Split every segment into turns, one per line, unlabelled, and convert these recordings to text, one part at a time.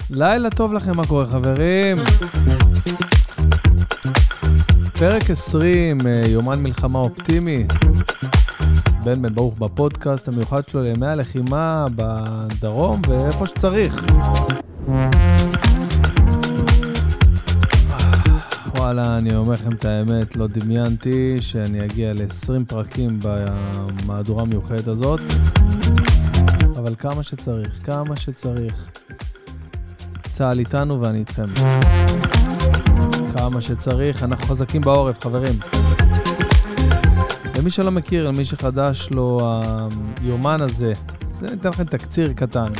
לילה טוב לכם, מה קורה חברים? פרק 20, יומן מלחמה אופטימי. בן ברוך בפודקאסט המיוחד שלו לימי הלחימה בדרום ואיפה שצריך. וואלה, אני אומר לכם את האמת, לא דמיינתי שאני אגיע ל-20 פרקים במהדורה המיוחדת הזאת. אבל כמה שצריך. צהל איתנו ואני איתכם. כמה שצריך, אנחנו חזקים בעורף, חברים. למי שלא מכיר, למי שחדש לו היומן הזה, זה ניתן לכם תקציר קטן.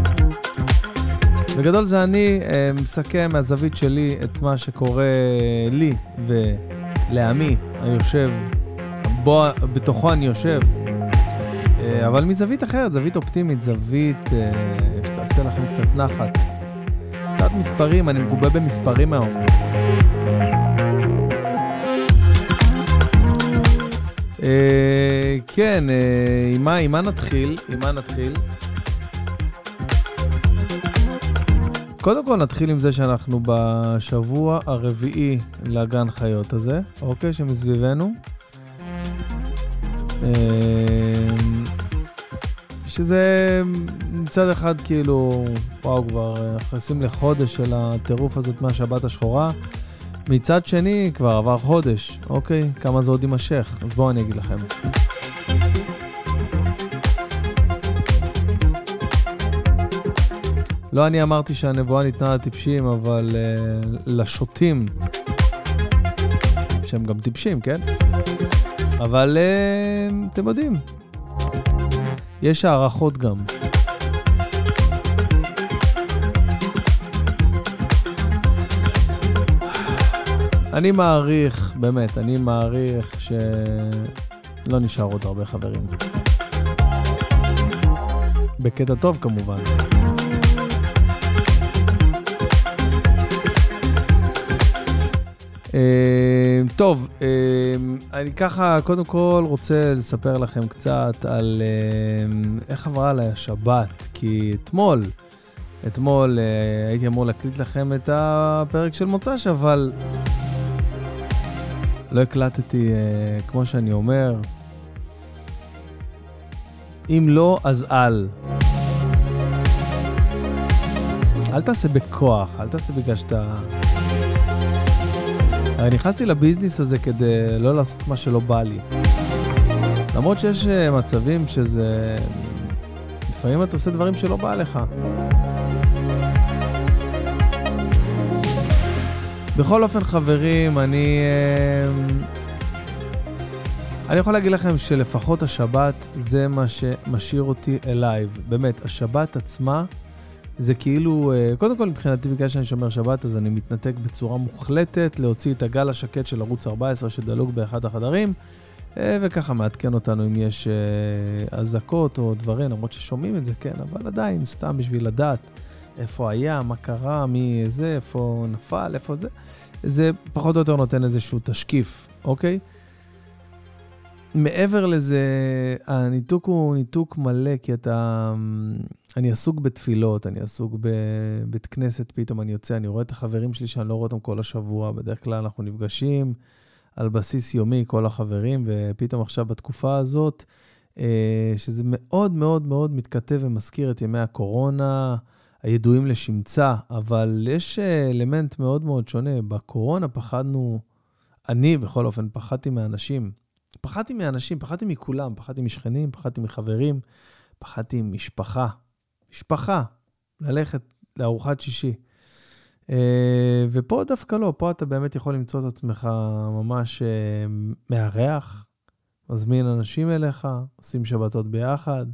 בגדול זה אני מסכם מהזווית שלי את מה שקורה לי ולעמי היושב, בתוכו אני יושב. אבל מזווית אחרת, זווית אופטימית, זווית שתעשה לכם קצת נחת. קצת מספרים, אני מגובה במספרים היום. כן, עם מה נתחיל? קודם כל נתחיל עם זה שאנחנו בשבוע הרביעי לגן חיות הזה, אוקיי, שמסביבנו. שזה מצד אחד כאילו, וואו, כבר נכנסים לחודש של הטירוף הזאת מהשבת השחורה. מצד שני, כבר עבר חודש, אוקיי? כמה זה עוד יימשך? אז בואו אני אגיד לכם. לא אני אמרתי שהנבואה ניתנה לטיפשים, אבל לשוטים, שהם גם טיפשים, כן? אבל אתם יודעים, יש הערכות גם. אני מעריך, באמת, אני מעריך שלא נשאר עוד הרבה חברים. בקטע טוב כמובן. טוב, אני ככה קודם כל רוצה לספר לכם קצת על איך עברה עליי השבת, כי אתמול הייתי אמור להקליט לכם את הפרק של מוצ"ש, אבל לא הקלטתי כמו שאני אומר. אם לא, אז אל תעשה בכוח, אל תעשה בגלל שאתה... הרי נכנסתי לביזנס הזה כדי לא לעשות מה שלא בא לי. למרות שיש מצבים שזה... לפעמים אתה עושה דברים שלא בא לך. בכל אופן חברים, אני יכול להגיד לכם שלפחות השבת זה מה שמשאיר אותי אלייב. באמת, השבת עצמה זה כאילו, קודם כל מבחינתי בגלל שאני שומר שבת, אז אני מתנתק בצורה מוחלטת להוציא את הגל השקט של ערוץ 14 שדלוג באחד החדרים, וככה מעדכן אותנו אם יש הזקות או דברים, למרות ששומעים את זה, כן, אבל עדיין סתם בשביל לדעת איפה היה, מה קרה, מי זה, איפה נפל, איפה זה. זה פחות או יותר נותן איזשהו תשקיף, אוקיי? מעבר לזה, הניתוק הוא ניתוק מלא, כי אני עסוק בתפילות, אני עסוק בבית כנסת, פתאום אני יוצא, אני רואה את החברים שלי שאני לא רואה אותם כל השבוע, בדרך כלל אנחנו נפגשים על בסיס יומי, כל החברים, ופתאום עכשיו בתקופה הזאת, שזה מאוד מאוד מאוד מתכתב ומזכיר את ימי הקורונה, הידועים לשמצה, אבל יש אלמנט מאוד מאוד שונה. בקורונה פחדנו, אני בכל אופן פחדתי מאנשים, פחדתי מכולם, פחדתי משכנים, פחדתי מחברים, פחדתי משפחה, ללכת לארוחת שישי. ופה דווקא לא, פה אתה באמת יכול למצוא את עצמך ממש מארח, מזמין אנשים אליך, עושים שבתות ביחד.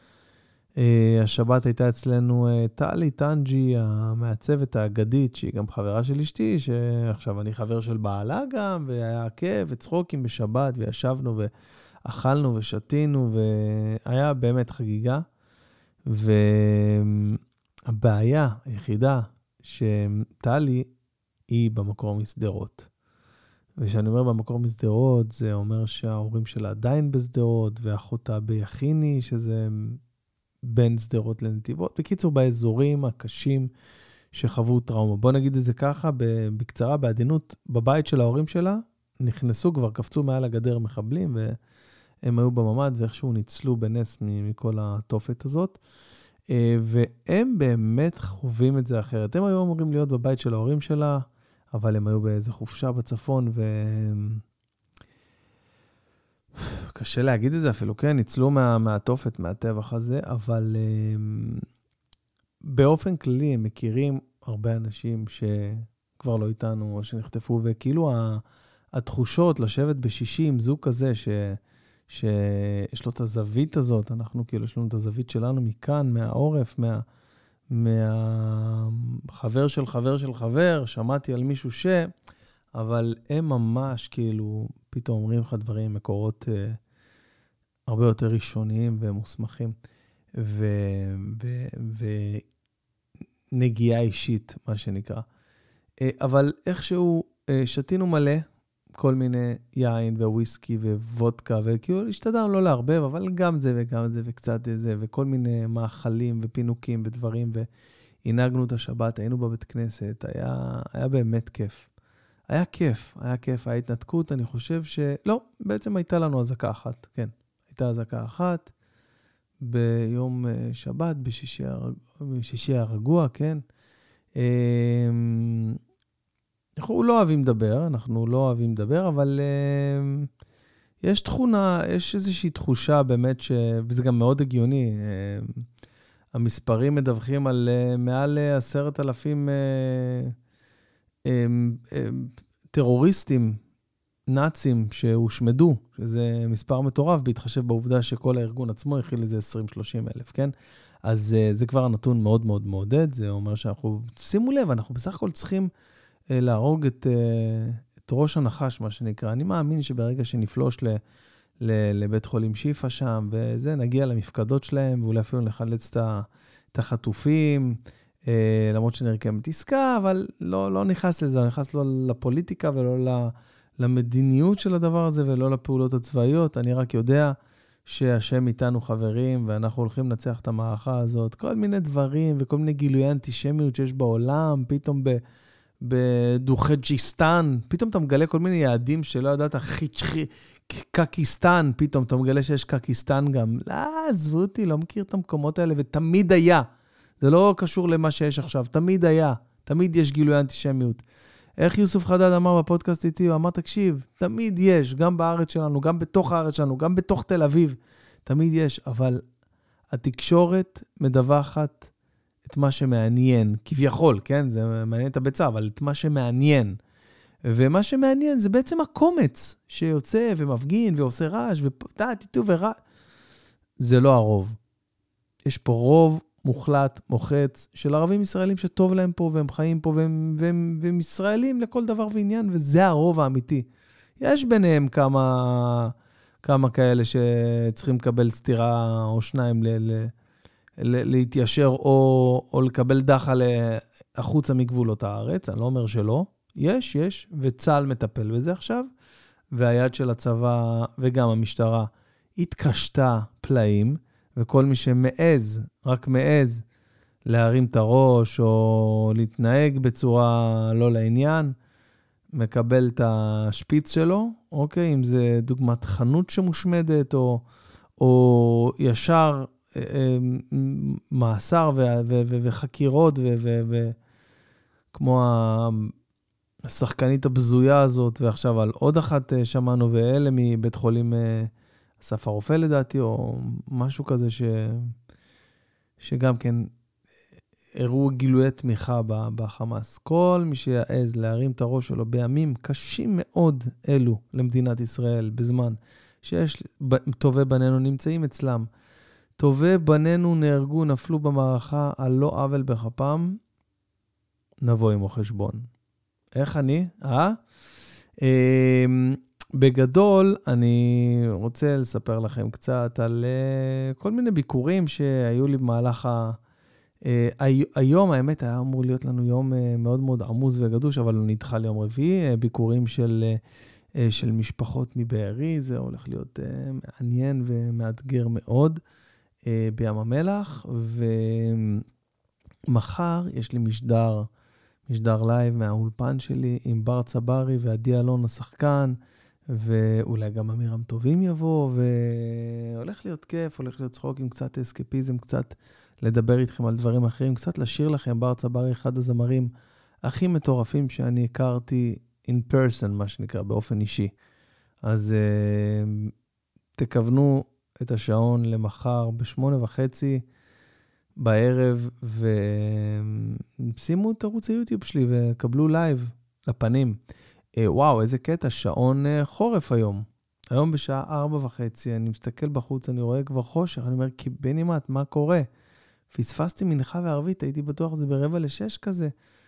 השבת הייתה אצלנו טלי טנג'י, המעצבת האגדית, שהיא גם חברה של אשתי, שעכשיו אני חבר של בעלה גם, והיה כיף וצחוקים בשבת, וישבנו ואכלנו ושתינו, והיה באמת חגיגה. והבעיה היחידה, שטלי היא במקור מסדרות. ושאני אומר במקור מסדרות, זה אומר שההורים שלה עדיין בסדרות, ואחותה ביחיני, שזה בין סדרות לנתיבות. בקיצור, באזורים הקשים שחוו טראומה. בוא נגיד את זה ככה, בקצרה, בעדינות, בבית של ההורים שלה, נכנסו, כבר קפצו מעל הגדר מחבלים, והם היו בממד, ואיכשהו ניצלו בנס מכל התופת הזאת. והם באמת חווים את זה אחרת. הם היו אמורים להיות בבית של ההורים שלה, אבל הם היו באיזו חופשה בצפון, קשה להגיד את זה אפילו, כן, ניצלו מהתופת, מהטבח הזה, אבל באופן כללי הם מכירים הרבה אנשים שכבר לא איתנו, או שנחטפו, וכאילו התחושות לשבת בשישי עם זוג כזה, שיש לו את הזווית הזאת, אנחנו כאילו יש לנו את הזווית שלנו מכאן, מהעורף, מהחבר של חבר של חבר, שמעתי על מישהו אבל הם ממש כאילו, פתאום אומרים לך דברים, מקורות הרבה יותר ראשוניים ומוסמכים, ונגיעה אישית, מה שנקרא. אבל איכשהו שתינו מלא, כל מיני יין וויסקי ווודקה, וכאילו השתדלנו לא להרבב, אבל גם זה וגם זה וקצת זה, וכל מיני מאכלים ופינוקים ודברים, והנהגנו את השבת, היינו בבית כנסת, היה באמת כיף. היה כיף, ההתנתקות, אני חושב לא, בעצם הייתה לנו הזקה אחת, כן. הייתה הזקה אחת, ביום שבת, בשישי הרגוע, כן. אנחנו לא אוהבים לדבר, אבל יש תכונה, יש איזושהי תחושה באמת, וזה גם מאוד הגיוני, המספרים מדווחים על מעל 10,000 טרוריסטים, נאצים שהושמדו, שזה מספר מטורף, בהתחשב בעובדה שכל הארגון עצמו הכיל איזה 20-30 אלף, כן? אז זה כבר נתון מאוד מאוד מעודד, זה אומר שאנחנו, שימו לב, אנחנו בסך הכל צריכים להרוג את ראש הנחש, מה שנקרא. אני מאמין שברגע שנפלוש לבית חולים שיפה שם, וזה, נגיע למפקדות שלהם, ואולי אפילו נחלץ את החטופים, למרות שנרקמת עסקה, אבל לא נכנס לזה, לא נכנס לא לפוליטיקה ולא למדיניות של הדבר הזה, ולא לפעולות הצבאיות. אני רק יודע שהשם איתנו חברים, ואנחנו הולכים לנצח את המערכה הזאת. כל מיני דברים וכל מיני גילויי אנטישמיות שיש בעולם, פתאום בדוחג'יסטן, פתאום אתה מגלה כל מיני יעדים שלא ידעת, קקיסטן, פתאום אתה מגלה שיש קקיסטן גם. לא, עזבו אותי, לא מכיר את המקומות האלה, ותמיד היה. זה לא קשור למה שיש עכשיו, תמיד היה, תמיד יש גילוי אנטישמיות. איך יוסף חדד אמר בפודקאסט איתי, הוא אמר, תקשיב, תמיד יש, גם בארץ שלנו, גם בתוך הארץ שלנו, גם בתוך תל אביב, תמיד יש, אבל התקשורת מדווחת את מה שמעניין, כביכול, כן? זה מעניין את הביצה, אבל את מה שמעניין. ומה שמעניין זה בעצם הקומץ שיוצא ומפגין ועושה רעש, ותיתו ורעש. זה לא הרוב. יש פה רוב מוחלט, מוחץ, של ערבים ישראלים שטוב להם פה, והם חיים פה, והם ישראלים לכל דבר ועניין, וזה הרוב האמיתי. יש ביניהם כמה כאלה שצריכים לקבל סתירה או שניים להתיישר, או לקבל דחה החוצה מגבולות הארץ, אני לא אומר שלא, יש, וצה"ל מטפל בזה עכשיו, והיד של הצבא וגם המשטרה התקשתה פלאים, וכל מי שמעז, רק מעז, להרים את הראש או להתנהג בצורה לא לעניין, מקבל את השפיץ שלו, אוקיי? אם זה דוגמת חנות שמושמדת, או ישר מאסר וחקירות, כמו השחקנית הבזויה הזאת, ועכשיו על עוד אחת שמענו, ואלה מבית חולים אסף הרופא לדעתי, או משהו כזה שגם כן הראו גילויי תמיכה בחמאס. כל מי שיעז להרים את הראש שלו בימים קשים מאוד אלו למדינת ישראל, בזמן שיש טובי בנינו נמצאים אצלם. טובי בנינו נהרגו, נפלו במערכה על לא עוול בכפם, נבוא עם חשבון. איך אני? בגדול, אני רוצה לספר לכם קצת על כל מיני ביקורים שהיו לי במהלך היום, האמת, היה אמור להיות לנו יום מאוד מאוד עמוס וגדוש, אבל הוא נדחה ליום רביעי, ביקורים של משפחות מבארי, זה הולך להיות מעניין ומאתגר מאוד בים המלח, מחר יש לי משדר לייב מהאולפן שלי עם בר צברי ועדי אלון השחקן, ואולי גם אמירם טובים יבוא, והולך להיות כיף, הולך להיות צחוק עם קצת אסקפיזם, קצת לדבר איתכם על דברים אחרים, קצת לשיר לכם. בר צברי אחד הזמרים הכי מטורפים שאני הכרתי in person, מה שנקרא, באופן אישי. אז תכוונו את השעון למחר ב8:30 בערב, ושימו את ערוץ היוטיוב שלי וקבלו לייב לפנים. וואו, איזה קטע, שעון חורף היום. היום בשעה 4:30, אני מסתכל בחוץ, אני רואה כבר חושך, אני אומר, קיבנימט, מה קורה? פספסתי מנחה וערבית, הייתי בטוח זה 5:45 כזה.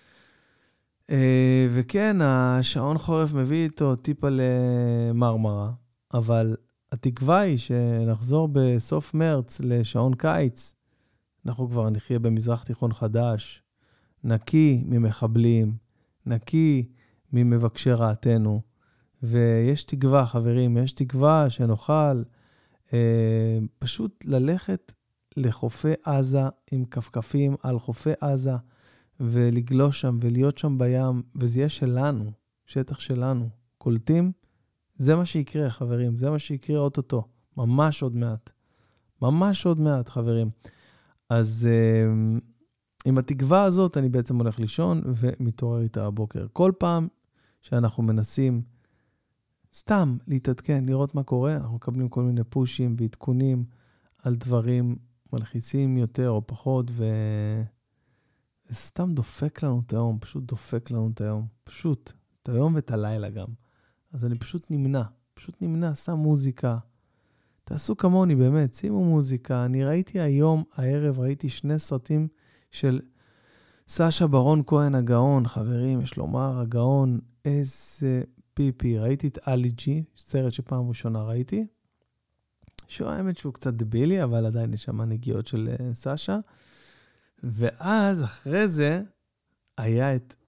וכן, השעון חורף מביא איתו טיפה למרמרה, אבל התקווה היא שנחזור בסוף מרץ לשעון קיץ, אנחנו כבר נחיה במזרח תיכון חדש, נקי ממחבלים, נקי ממבקשי רעתנו, ויש תקווה, חברים, יש תקווה שנוכל פשוט ללכת לחופי עזה עם כפכפים על חופי עזה, ולגלוש שם ולהיות שם בים, וזה יהיה שלנו, שטח שלנו. קולטים? זה מה שיקרה, חברים, זה מה שיקרה אוטוטו, ממש עוד מעט. ממש עוד מעט, חברים. אז עם התקווה הזאת אני בעצם הולך לישון ומתעורר איתה הבוקר. כל פעם שאנחנו מנסים סתם להתעדכן, לראות מה קורה, אנחנו מקבלים כל מיני פושים ועדכונים על דברים מלחיצים יותר או פחות, וזה סתם דופק לנו את היום, פשוט דופק לנו את היום. פשוט, את היום ואת הלילה גם. אז אני פשוט נמנע, שם מוזיקה. תעשו כמוני, באמת, שימו מוזיקה. אני ראיתי היום, הערב, ראיתי 2 סרטים של סשה ברון כהן הגאון, חברים, יש לומר, הגאון, איזה פיפי. ראיתי את אלי ג'י, סרט שפעם ראשונה ראיתי, האמת שהוא קצת דבילי, אבל עדיין יש שם נגיעות של סשה. ואז, אחרי זה, היה את...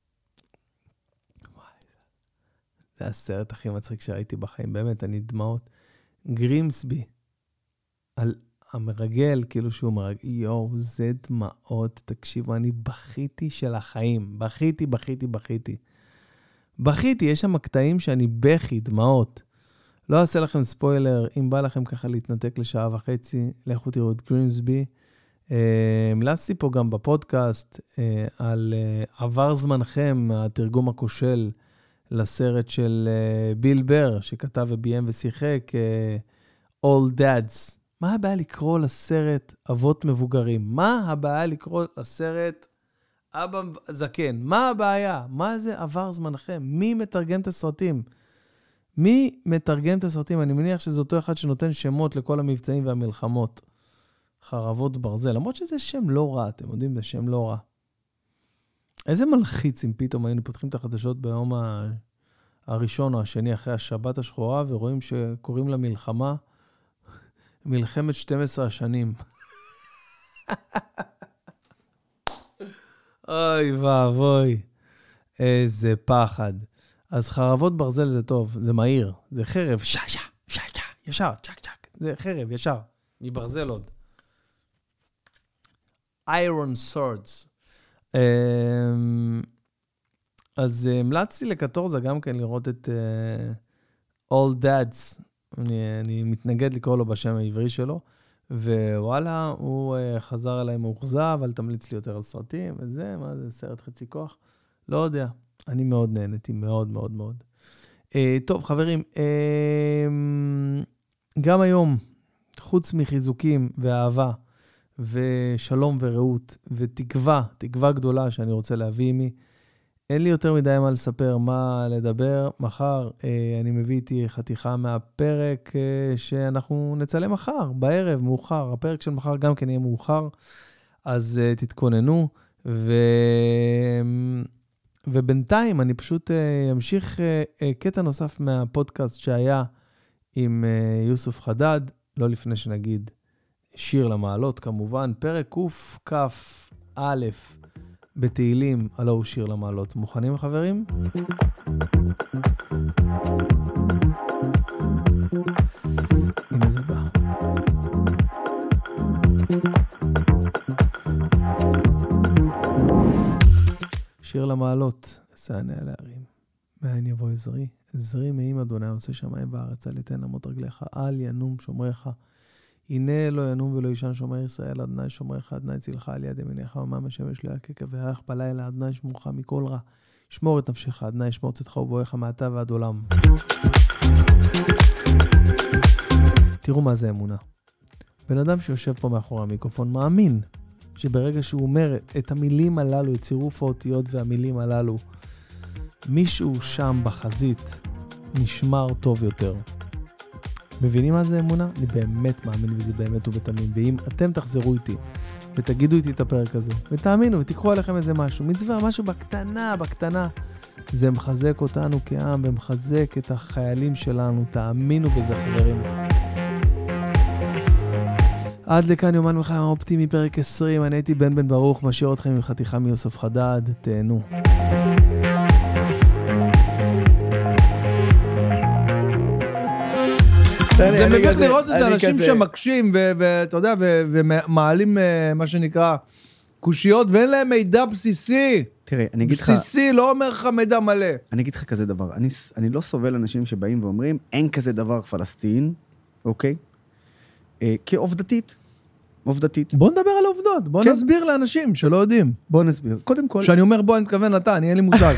זה הסרט הכי מצחיק שראיתי בחיים, באמת, אני דמעות. גרימסבי, על המרגל, כאילו שהוא מרגל, יואו, זה דמעות, תקשיבו, אני בכיתי של החיים, בכיתי, יש שם קטעים שאני בכי, דמעות. לא אעשה לכם ספוילר, אם בא לכם ככה להתנתק לשעה וחצי, לכו תראו את גרימסבי. המלצתי פה גם בפודקאסט על עבר זמנכם, התרגום הכושל לסרט של ביל בר, שכתב וביים ושיחק, All Dads. מה הבעיה לקרוא לסרט אבות מבוגרים? מה הבעיה לקרוא לסרט אבא זקן? מה הבעיה? מה זה עבר זמנכם? מי מתרגם את הסרטים? אני מניח שזה אותו אחד שנותן שמות לכל המבצעים והמלחמות. חרבות ברזל. למרות שזה שם לא רע, אתם יודעים, זה שם לא רע. איזה מלחיץ אם פתאום היינו פותחים את החדשות ביום הראשון או השני אחרי השבת השחורה, ורואים שקוראים למלחמה מלחמת 12 השנים. אוי ואבוי, איזה פחד. אז חרבות ברזל זה טוב, זה מהיר, זה חרב, ישר, צ'ק, זה חרב, ישר, מברזל עוד. Iron Swords. אז המלצתי לקטורזה גם כן לראות את All Dads. אני מתנגד לקרוא לו בשם העברי שלו, ווואלה, הוא חזר אליי מאוחזב, אבל תמליץ לי יותר על סרטים, וזה, מה זה, סרט חצי כוח? לא יודע, אני מאוד נהניתי, מאוד מאוד מאוד. טוב, חברים, גם היום, חוץ מחיזוקים ואהבה, ושלום ורעות, ותקווה, תקווה גדולה שאני רוצה להביא עימי, אין לי יותר מדי מה לספר, מה לדבר. מחר אני מביא איתי חתיכה מהפרק שאנחנו נצלם מחר, בערב, מאוחר. הפרק של מחר גם כן יהיה מאוחר, אז תתכוננו. ובינתיים אני פשוט אמשיך קטע נוסף מהפודקאסט שהיה עם יוסף חדד, לא לפני שנגיד שיר למעלות, כמובן, פרק קכ"א בתהילים, הלא הוא שיר למעלות. מוכנים, חברים? הנה זה בא. שיר למעלות, סענה על הערים. מאין יבוא עזרי, עזרי מעם אדוני עושה שמיים בארץ, אל יתן למות רגליך, אל ינום שומריך. הנה לא ינום ולא ישן שומר ישראל, אדוני שומריך, אדוני צילך על יד ימינך, ומם השמש לא יקקה והריח בלילה, אדוני שמורך מכל רע. שמור את נפשך, אדוני שמור צאתך ובואך מעתה ועד עולם. תראו מה זה אמונה. בן אדם שיושב פה מאחורי המיקרופון מאמין שברגע שהוא אומר את המילים הללו, את צירוף האותיות והמילים הללו, מישהו שם בחזית נשמר טוב יותר. מבינים מה זה אמונה? אני באמת מאמין וזה באמת ובתמים. ואם אתם תחזרו איתי ותגידו איתי את הפרק הזה, ותאמינו ותקחו עליכם איזה משהו, מצווה, משהו בקטנה, זה מחזק אותנו כעם ומחזק את החיילים שלנו. תאמינו בזה חברים. עד לכאן יומן מחיים האופטימי פרק 20, אני הייתי בן ברוך, משאיר אתכם עם חתיכה מיוסף חדד, תהנו. זה מביך לראות את האנשים שמקשים ואתה יודע, ומעלים מה שנקרא קושיות, ואין להם מידע בסיסי.
תראה, אני אגיד לך...
בסיסי, לא אומר לך מידע מלא.
אני אגיד לך כזה דבר, אני לא סובל אנשים שבאים ואומרים, אין כזה דבר פלסטין, אוקיי? כעובדתית.
בוא נדבר על העובדות, בוא נסביר לאנשים שלא יודעים.
בוא נסביר. קודם כל...
כשאני אומר בוא, אני מתכוון אתה, אני אין לי מושג.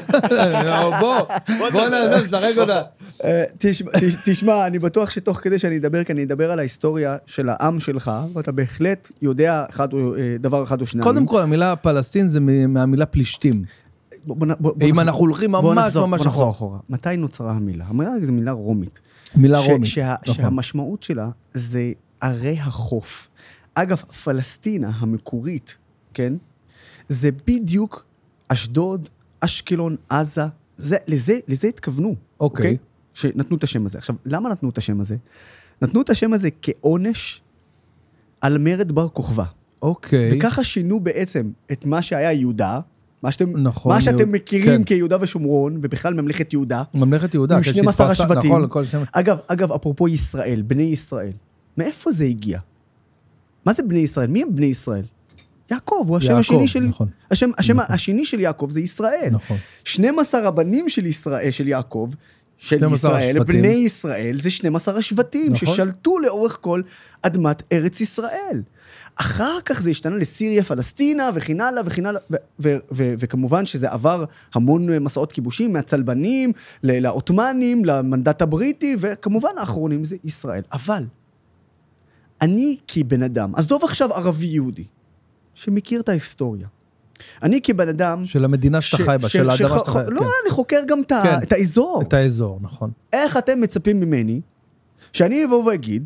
בוא נעזב, שחק אותה.
תשמע, אני בטוח שתוך כדי שאני אדבר, כי אני אדבר על ההיסטוריה של העם שלך, ואתה בהחלט יודע דבר אחד או שניים.
קודם כל, המילה פלסטין זה מהמילה פלישתים. אם אנחנו הולכים ממש
אחורה. מתי נוצרה המילה? המילה זו מילה רומית.
מילה רומית.
שהמשמעות שלה זה ערי החוף. אגב, פלסטינה המקורית, כן? זה בדיוק אשדוד, אשקלון, עזה. לזה התכוונו.
אוקיי.
שנתנו את השם הזה. עכשיו, למה נתנו את השם הזה? נתנו את השם הזה כעונש על מרד בר כוכבא.
אוקיי.
וככה שינו בעצם את מה שהיה יהודה, מה שאתם מכירים כיהודה ושומרון, ובכלל ממלכת יהודה.
ממלכת יהודה.
עם 12 השבטים. אגב, אפרופו ישראל, בני ישראל. מאיפה זה הגיע? מה זה בני ישראל? מי הם בני ישראל? יעקב, הוא השם השני של... השם השני של יעקב זה ישראל. 12 הבנים של ישראל, של יעקב, של ישראל, בני ישראל, זה 12 השבטים ששלטו לאורך כל אדמת ארץ ישראל. אחר כך זה השתנה לסיריה, פלסטינה וכן הלאה וכן הלאה, וכמובן שזה עבר המון מסעות כיבושים, מהצלבנים, לעות'מאנים, למנדט הבריטי, וכמובן האחרונים זה ישראל. אבל אני כבן אדם, עזוב עכשיו ערבי יהודי, שמכיר את ההיסטוריה. אני כבן אדם...
של המדינה שאתה חי בה, של האדמה שאתה חי בה.
לא, אני חוקר גם את האזור.
את האזור, נכון.
איך אתם מצפים ממני, שאני אבוא ואגיד,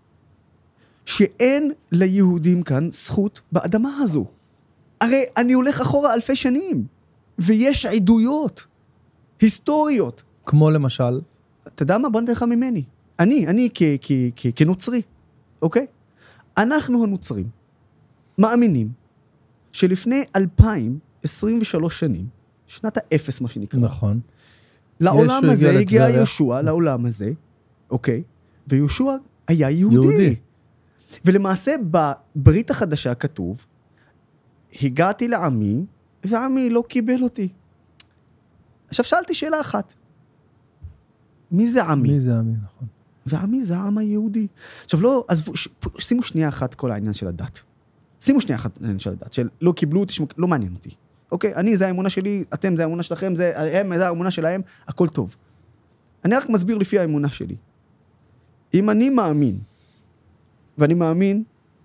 שאין ליהודים כאן זכות באדמה הזו. הרי אני הולך אחורה אלפי שנים, ויש עדויות, היסטוריות.
כמו למשל?
אתה יודע מה? בוא נדע לך ממני. אני כנוצרי, אוקיי? אנחנו הנוצרים מאמינים שלפני 2023 שנים, שנת האפס מה שנקרא.
נכון.
לעולם הזה הגיע יהושע, לעולם הזה, אוקיי? ויהושע היה יהודי. ולמעשה בברית החדשה כתוב, הגעתי לעמי, ועמי לא קיבל אותי. עכשיו שאלתי שאלה אחת. מי זה עמי?
מי זה עמי, נכון.
ועמי זה העם היהודי. עכשיו לא, אז שימו שנייה אחת כל העניין של הדת. שימו שנייה אחת העניין של הדת, של לא קיבלו אותי, לא מעניין אותי. אוקיי? אני זה האמונה שלי, אתם זה האמונה שלכם, זה האמונה שלהם, הכל טוב. אני רק מסביר לפי האמונה שלי. אם אני מאמין, ואני מאמין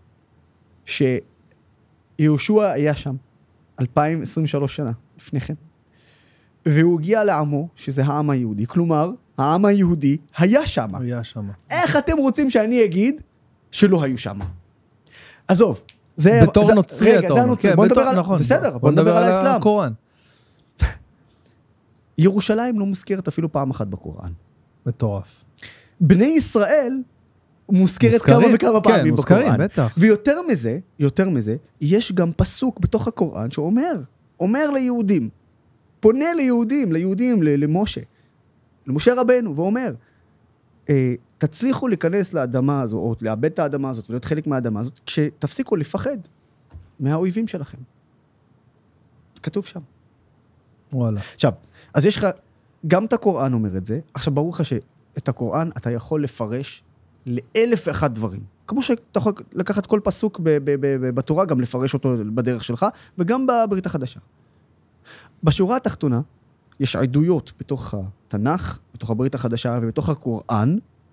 שיהושע היה שם 2023 שנה לפני כן, והוא הגיע לעמו, שזה העם היהודי, כלומר, העם היהודי היה שם.
היה שם.
איך אתם רוצים שאני אגיד שלא היו שם? עזוב.
בתור נוצרי אתה אומר.
בוא נדבר על... בסדר, בוא נדבר על האסלאם.
הקוראן.
ירושלים לא מוזכרת אפילו פעם אחת בקוראן.
מטורף.
בני ישראל מוזכרת כמה וכמה פעמים בקוראן.
בטח.
ויותר מזה, יש גם פסוק בתוך הקוראן שאומר ליהודים, פונה ליהודים, למשה, למשה רבנו, ואומר, תצליחו להיכנס לאדמה הזו, או לאבד את האדמה הזאת, ולהיות חלק מהאדמה הזאת, כשתפסיקו לפחד מהאויבים שלכם. כתוב שם.
וואלה.
עכשיו, אז יש לך, גם את הקוראן אומר את זה, עכשיו ברור לך שאת הקוראן אתה יכול לפרש ל1,001 דברים. כמו שאתה יכול לקחת כל פסוק בתורה, גם לפרש אותו בדרך שלך, וגם בברית החדשה. בשורה התחתונה, יש עדויות בתוך התנ"ך, בתוך הברית החדשה ובתוך הקוראן,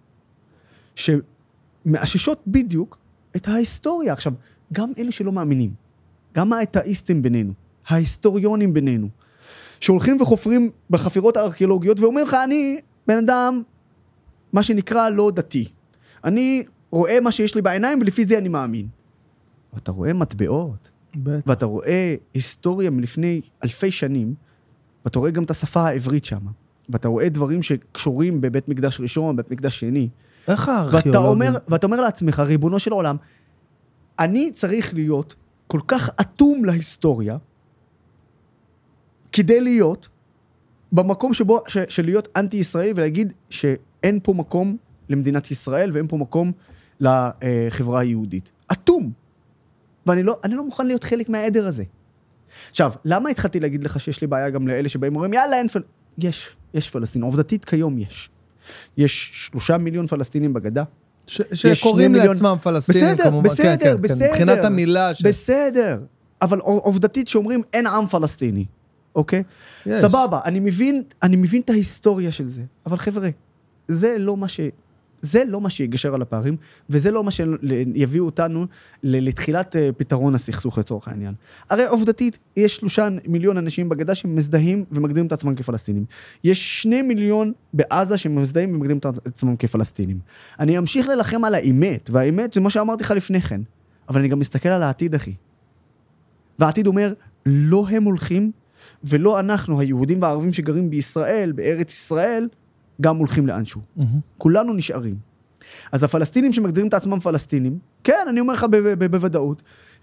שמאששות בדיוק את ההיסטוריה. עכשיו, גם אלה שלא מאמינים, גם האתאיסטים בינינו, ההיסטוריונים בינינו, שהולכים וחופרים בחפירות הארכיאולוגיות, ואומר לך, אני בן אדם, מה שנקרא לא דתי. אני רואה מה שיש לי בעיניים, ולפי זה אני מאמין. ואתה רואה מטבעות, ואתה רואה היסטוריה מלפני אלפי שנים, ואתה רואה גם את השפה העברית שם, ואתה רואה דברים שקשורים בבית מקדש ראשון, בבית מקדש שני.
איך הארכיאולוגים?
ואתה אומר לעצמך, ריבונו של עולם, אני צריך להיות כל כך אטום להיסטוריה, כדי להיות במקום שבו, של להיות אנטי-ישראלי, ולהגיד שאין פה מקום למדינת ישראל, ואין פה מקום לחברה היהודית. אטום. ואני לא מוכן להיות חלק מהעדר הזה. עכשיו, למה התחלתי להגיד לך שיש לי בעיה גם לאלה שבאים אומרים, יאללה, אין יש פלסטין. עובדתית כיום יש. יש 3 מיליון פלסטינים בגדה.
שקוראים לעצמם פלסטינים, כמובן.
בסדר.
מבחינת המילה.
בסדר. אבל עובדתית שאומרים, אין עם פלסטיני. אוקיי? סבבה, אני מבין את ההיסטוריה של זה. אבל חבר'ה, זה לא מה שיגשר על הפערים, וזה לא מה שיביאו אותנו לתחילת פתרון הסכסוך לצורך העניין. הרי עובדתית, יש 3 מיליון אנשים בגדה שמזדהים ומגדירים את עצמם כפלסטינים. יש 2 מיליון בעזה שמזדהים ומגדירים את עצמם כפלסטינים. אני אמשיך ללחם על האמת, והאמת זה מה שאמרתי לך לפני כן, אבל אני גם מסתכל על העתיד, אחי. והעתיד אומר, לא הם הולכים, ולא אנחנו, היהודים והערבים שגרים בישראל, בארץ ישראל, גם הולכים לאנשהו. כולנו נשארים. אז הפלסטינים שמגדירים את עצמם פלסטינים, כן, אני אומר לך בוודאות,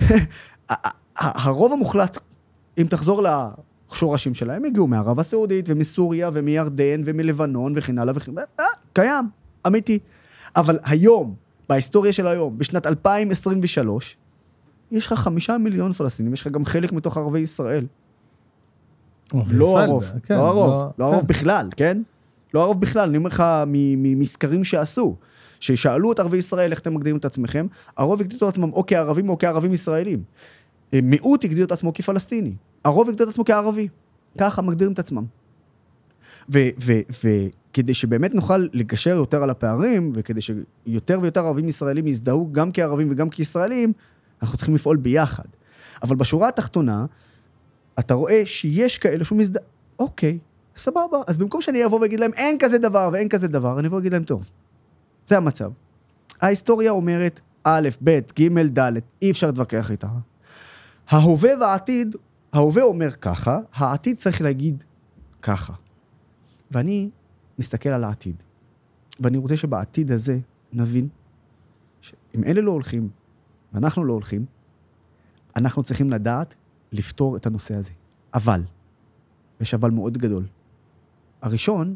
הרוב המוחלט, אם תחזור לשורשים שלהם, הגיעו מערב הסעודית, ומסוריה, ומירדן, ומלבנון, וכן הלאה וכן הלאה, קיים, אמיתי. אבל היום, בהיסטוריה של היום, בשנת 2023, יש לך 5 מיליון פלסטינים, יש לך גם חלק מתוך ערבי ישראל. לא הרוב בכלל, כן? לא הרוב בכלל, אני אומר לך ממזכרים שעשו, ששאלו את ערבי ישראל איך אתם מגדירים את עצמכם, הרוב הגדיר את עצמם או כערבים או כערבים ישראלים. מיעוט הגדיר את עצמו כפלסטיני, הרוב הגדיר את עצמו כערבי. ככה מגדירים את עצמם. וכדי שבאמת נוכל לגשר יותר על הפערים, וכדי שיותר ויותר ערבים ישראלים יזדהו גם כערבים וגם כישראלים, אנחנו צריכים לפעול ביחד. אבל בשורה התחתונה, אתה רואה שיש כאלה שהוא מזדהה, אוקיי, סבבה. אז במקום שאני אבוא ואגיד להם, אין כזה דבר ואין כזה דבר, אני אבוא ואגיד להם, טוב, זה המצב. ההיסטוריה אומרת, א', ב', ג', ד', אי אפשר להתווכח איתה. ההווה והעתיד, ההווה אומר ככה, העתיד צריך להגיד ככה. ואני מסתכל על העתיד. ואני רוצה שבעתיד הזה נבין, שאם אלה לא הולכים, ואנחנו לא הולכים, אנחנו צריכים לדעת לפתור את הנושא הזה. אבל, יש אבל מאוד גדול. הראשון,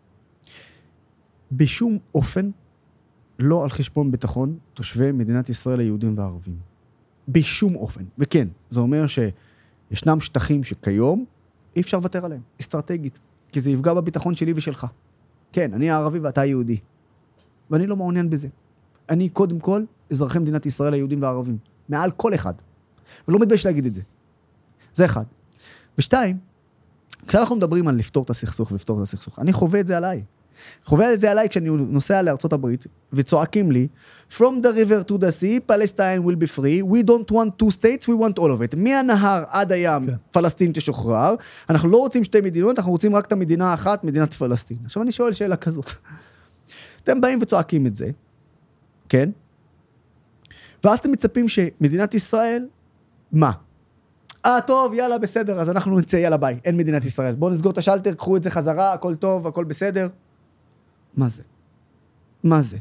בשום אופן, לא על חשבון ביטחון תושבי מדינת ישראל היהודים והערבים. בשום אופן. וכן, זה אומר שישנם שטחים שכיום אי אפשר לוותר עליהם, אסטרטגית, כי זה יפגע בביטחון שלי ושלך. כן, אני הערבי ואתה היהודי. ואני לא מעוניין בזה. אני קודם כל אזרחי מדינת ישראל היהודים והערבים. מעל כל אחד. ולא מתבייש להגיד את זה. זה אחד. ושתיים, כשאנחנו מדברים על לפתור את הסכסוך ולפתור את הסכסוך, אני חווה את זה עליי. חווה את זה עליי כשאני נוסע לארצות הברית, וצועקים לי, From the river to the sea, Palestine will be free, we don't want two states, we want all of it. מהנהר עד הים, פלסטין תשוחרר, אנחנו לא רוצים 2 מדינות, אנחנו רוצים רק את המדינה האחת, מדינת פלסטין. עכשיו אני שואל שאלה כזאת. אתם באים וצועקים את זה, כן? ואז אתם מצפים שמדינת ישראל, מה? טוב, יאללה, בסדר, אז אנחנו נצא, יאללה, ביי, אין מדינת ישראל. בואו נסגור את השלטר, קחו את זה חזרה, הכל טוב, הכל בסדר. מה זה? מה זה?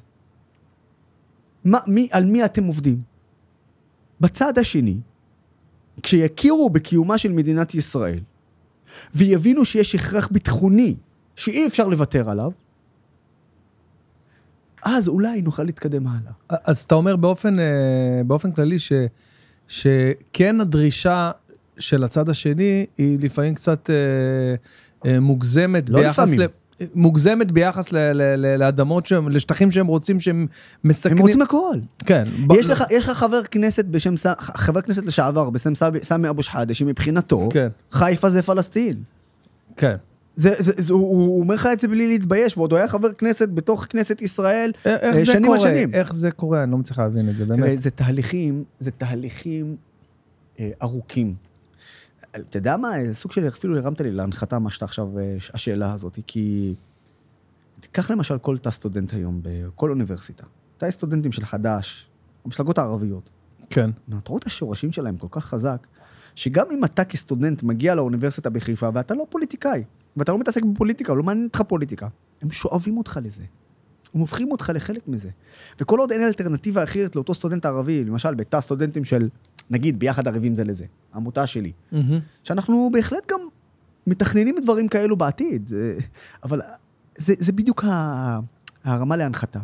על מי אתם עובדים? בצד השני, כשיכירו בקיומה של מדינת ישראל, ויבינו שיש הכרח ביטחוני, שאי אפשר לוותר עליו, אז אולי נוכל להתקדם הלאה.
אז אתה אומר באופן כללי שכן הדרישה של הצד השני, היא לפעמים קצת מוגזמת מוגזמת ביחס לאדמות שהם, לשטחים שהם רוצים שהם מסכנים.
הם רוצים הכל.
כן.
יש לך חבר כנסת בשם, חבר כנסת לשעבר, בשם סמי אבו שחאדה, שמבחינתו, חיפה זה פלסטין.
כן.
הוא אומר לך את זה בלי להתבייש, ועוד הוא היה חבר כנסת בתוך כנסת ישראל שנים על שנים.
איך זה קורה? אני לא מצליח להבין את זה, באמת.
זה תהליכים ארוכים. אתה יודע מה? סוג של אפילו הרמת לי להנחתה מה שאתה עכשיו, השאלה הזאת, כי תיקח למשל כל תא סטודנט היום בכל אוניברסיטה. תא סטודנטים של חדש, המפלגות הערביות.
כן.
אתה רואה את השורשים שלהם כל כך חזק, שגם אם אתה כסטודנט מגיע לאוניברסיטה בחיפה, ואתה לא פוליטיקאי, ואתה לא מתעסק בפוליטיקה, לא מעניין אותך פוליטיקה, הם שואבים אותך לזה. הם הופכים אותך לחלק מזה. וכל עוד אין אלטרנטיבה אחרת לאותו סטודנט ערבי, למשל בתא סטודנטים של, נגיד, ביחד ערבים זה לזה, העמותה שלי, שאנחנו בהחלט גם מתכננים דברים כאלו בעתיד, אבל זה בדיוק הרמה להנחתה.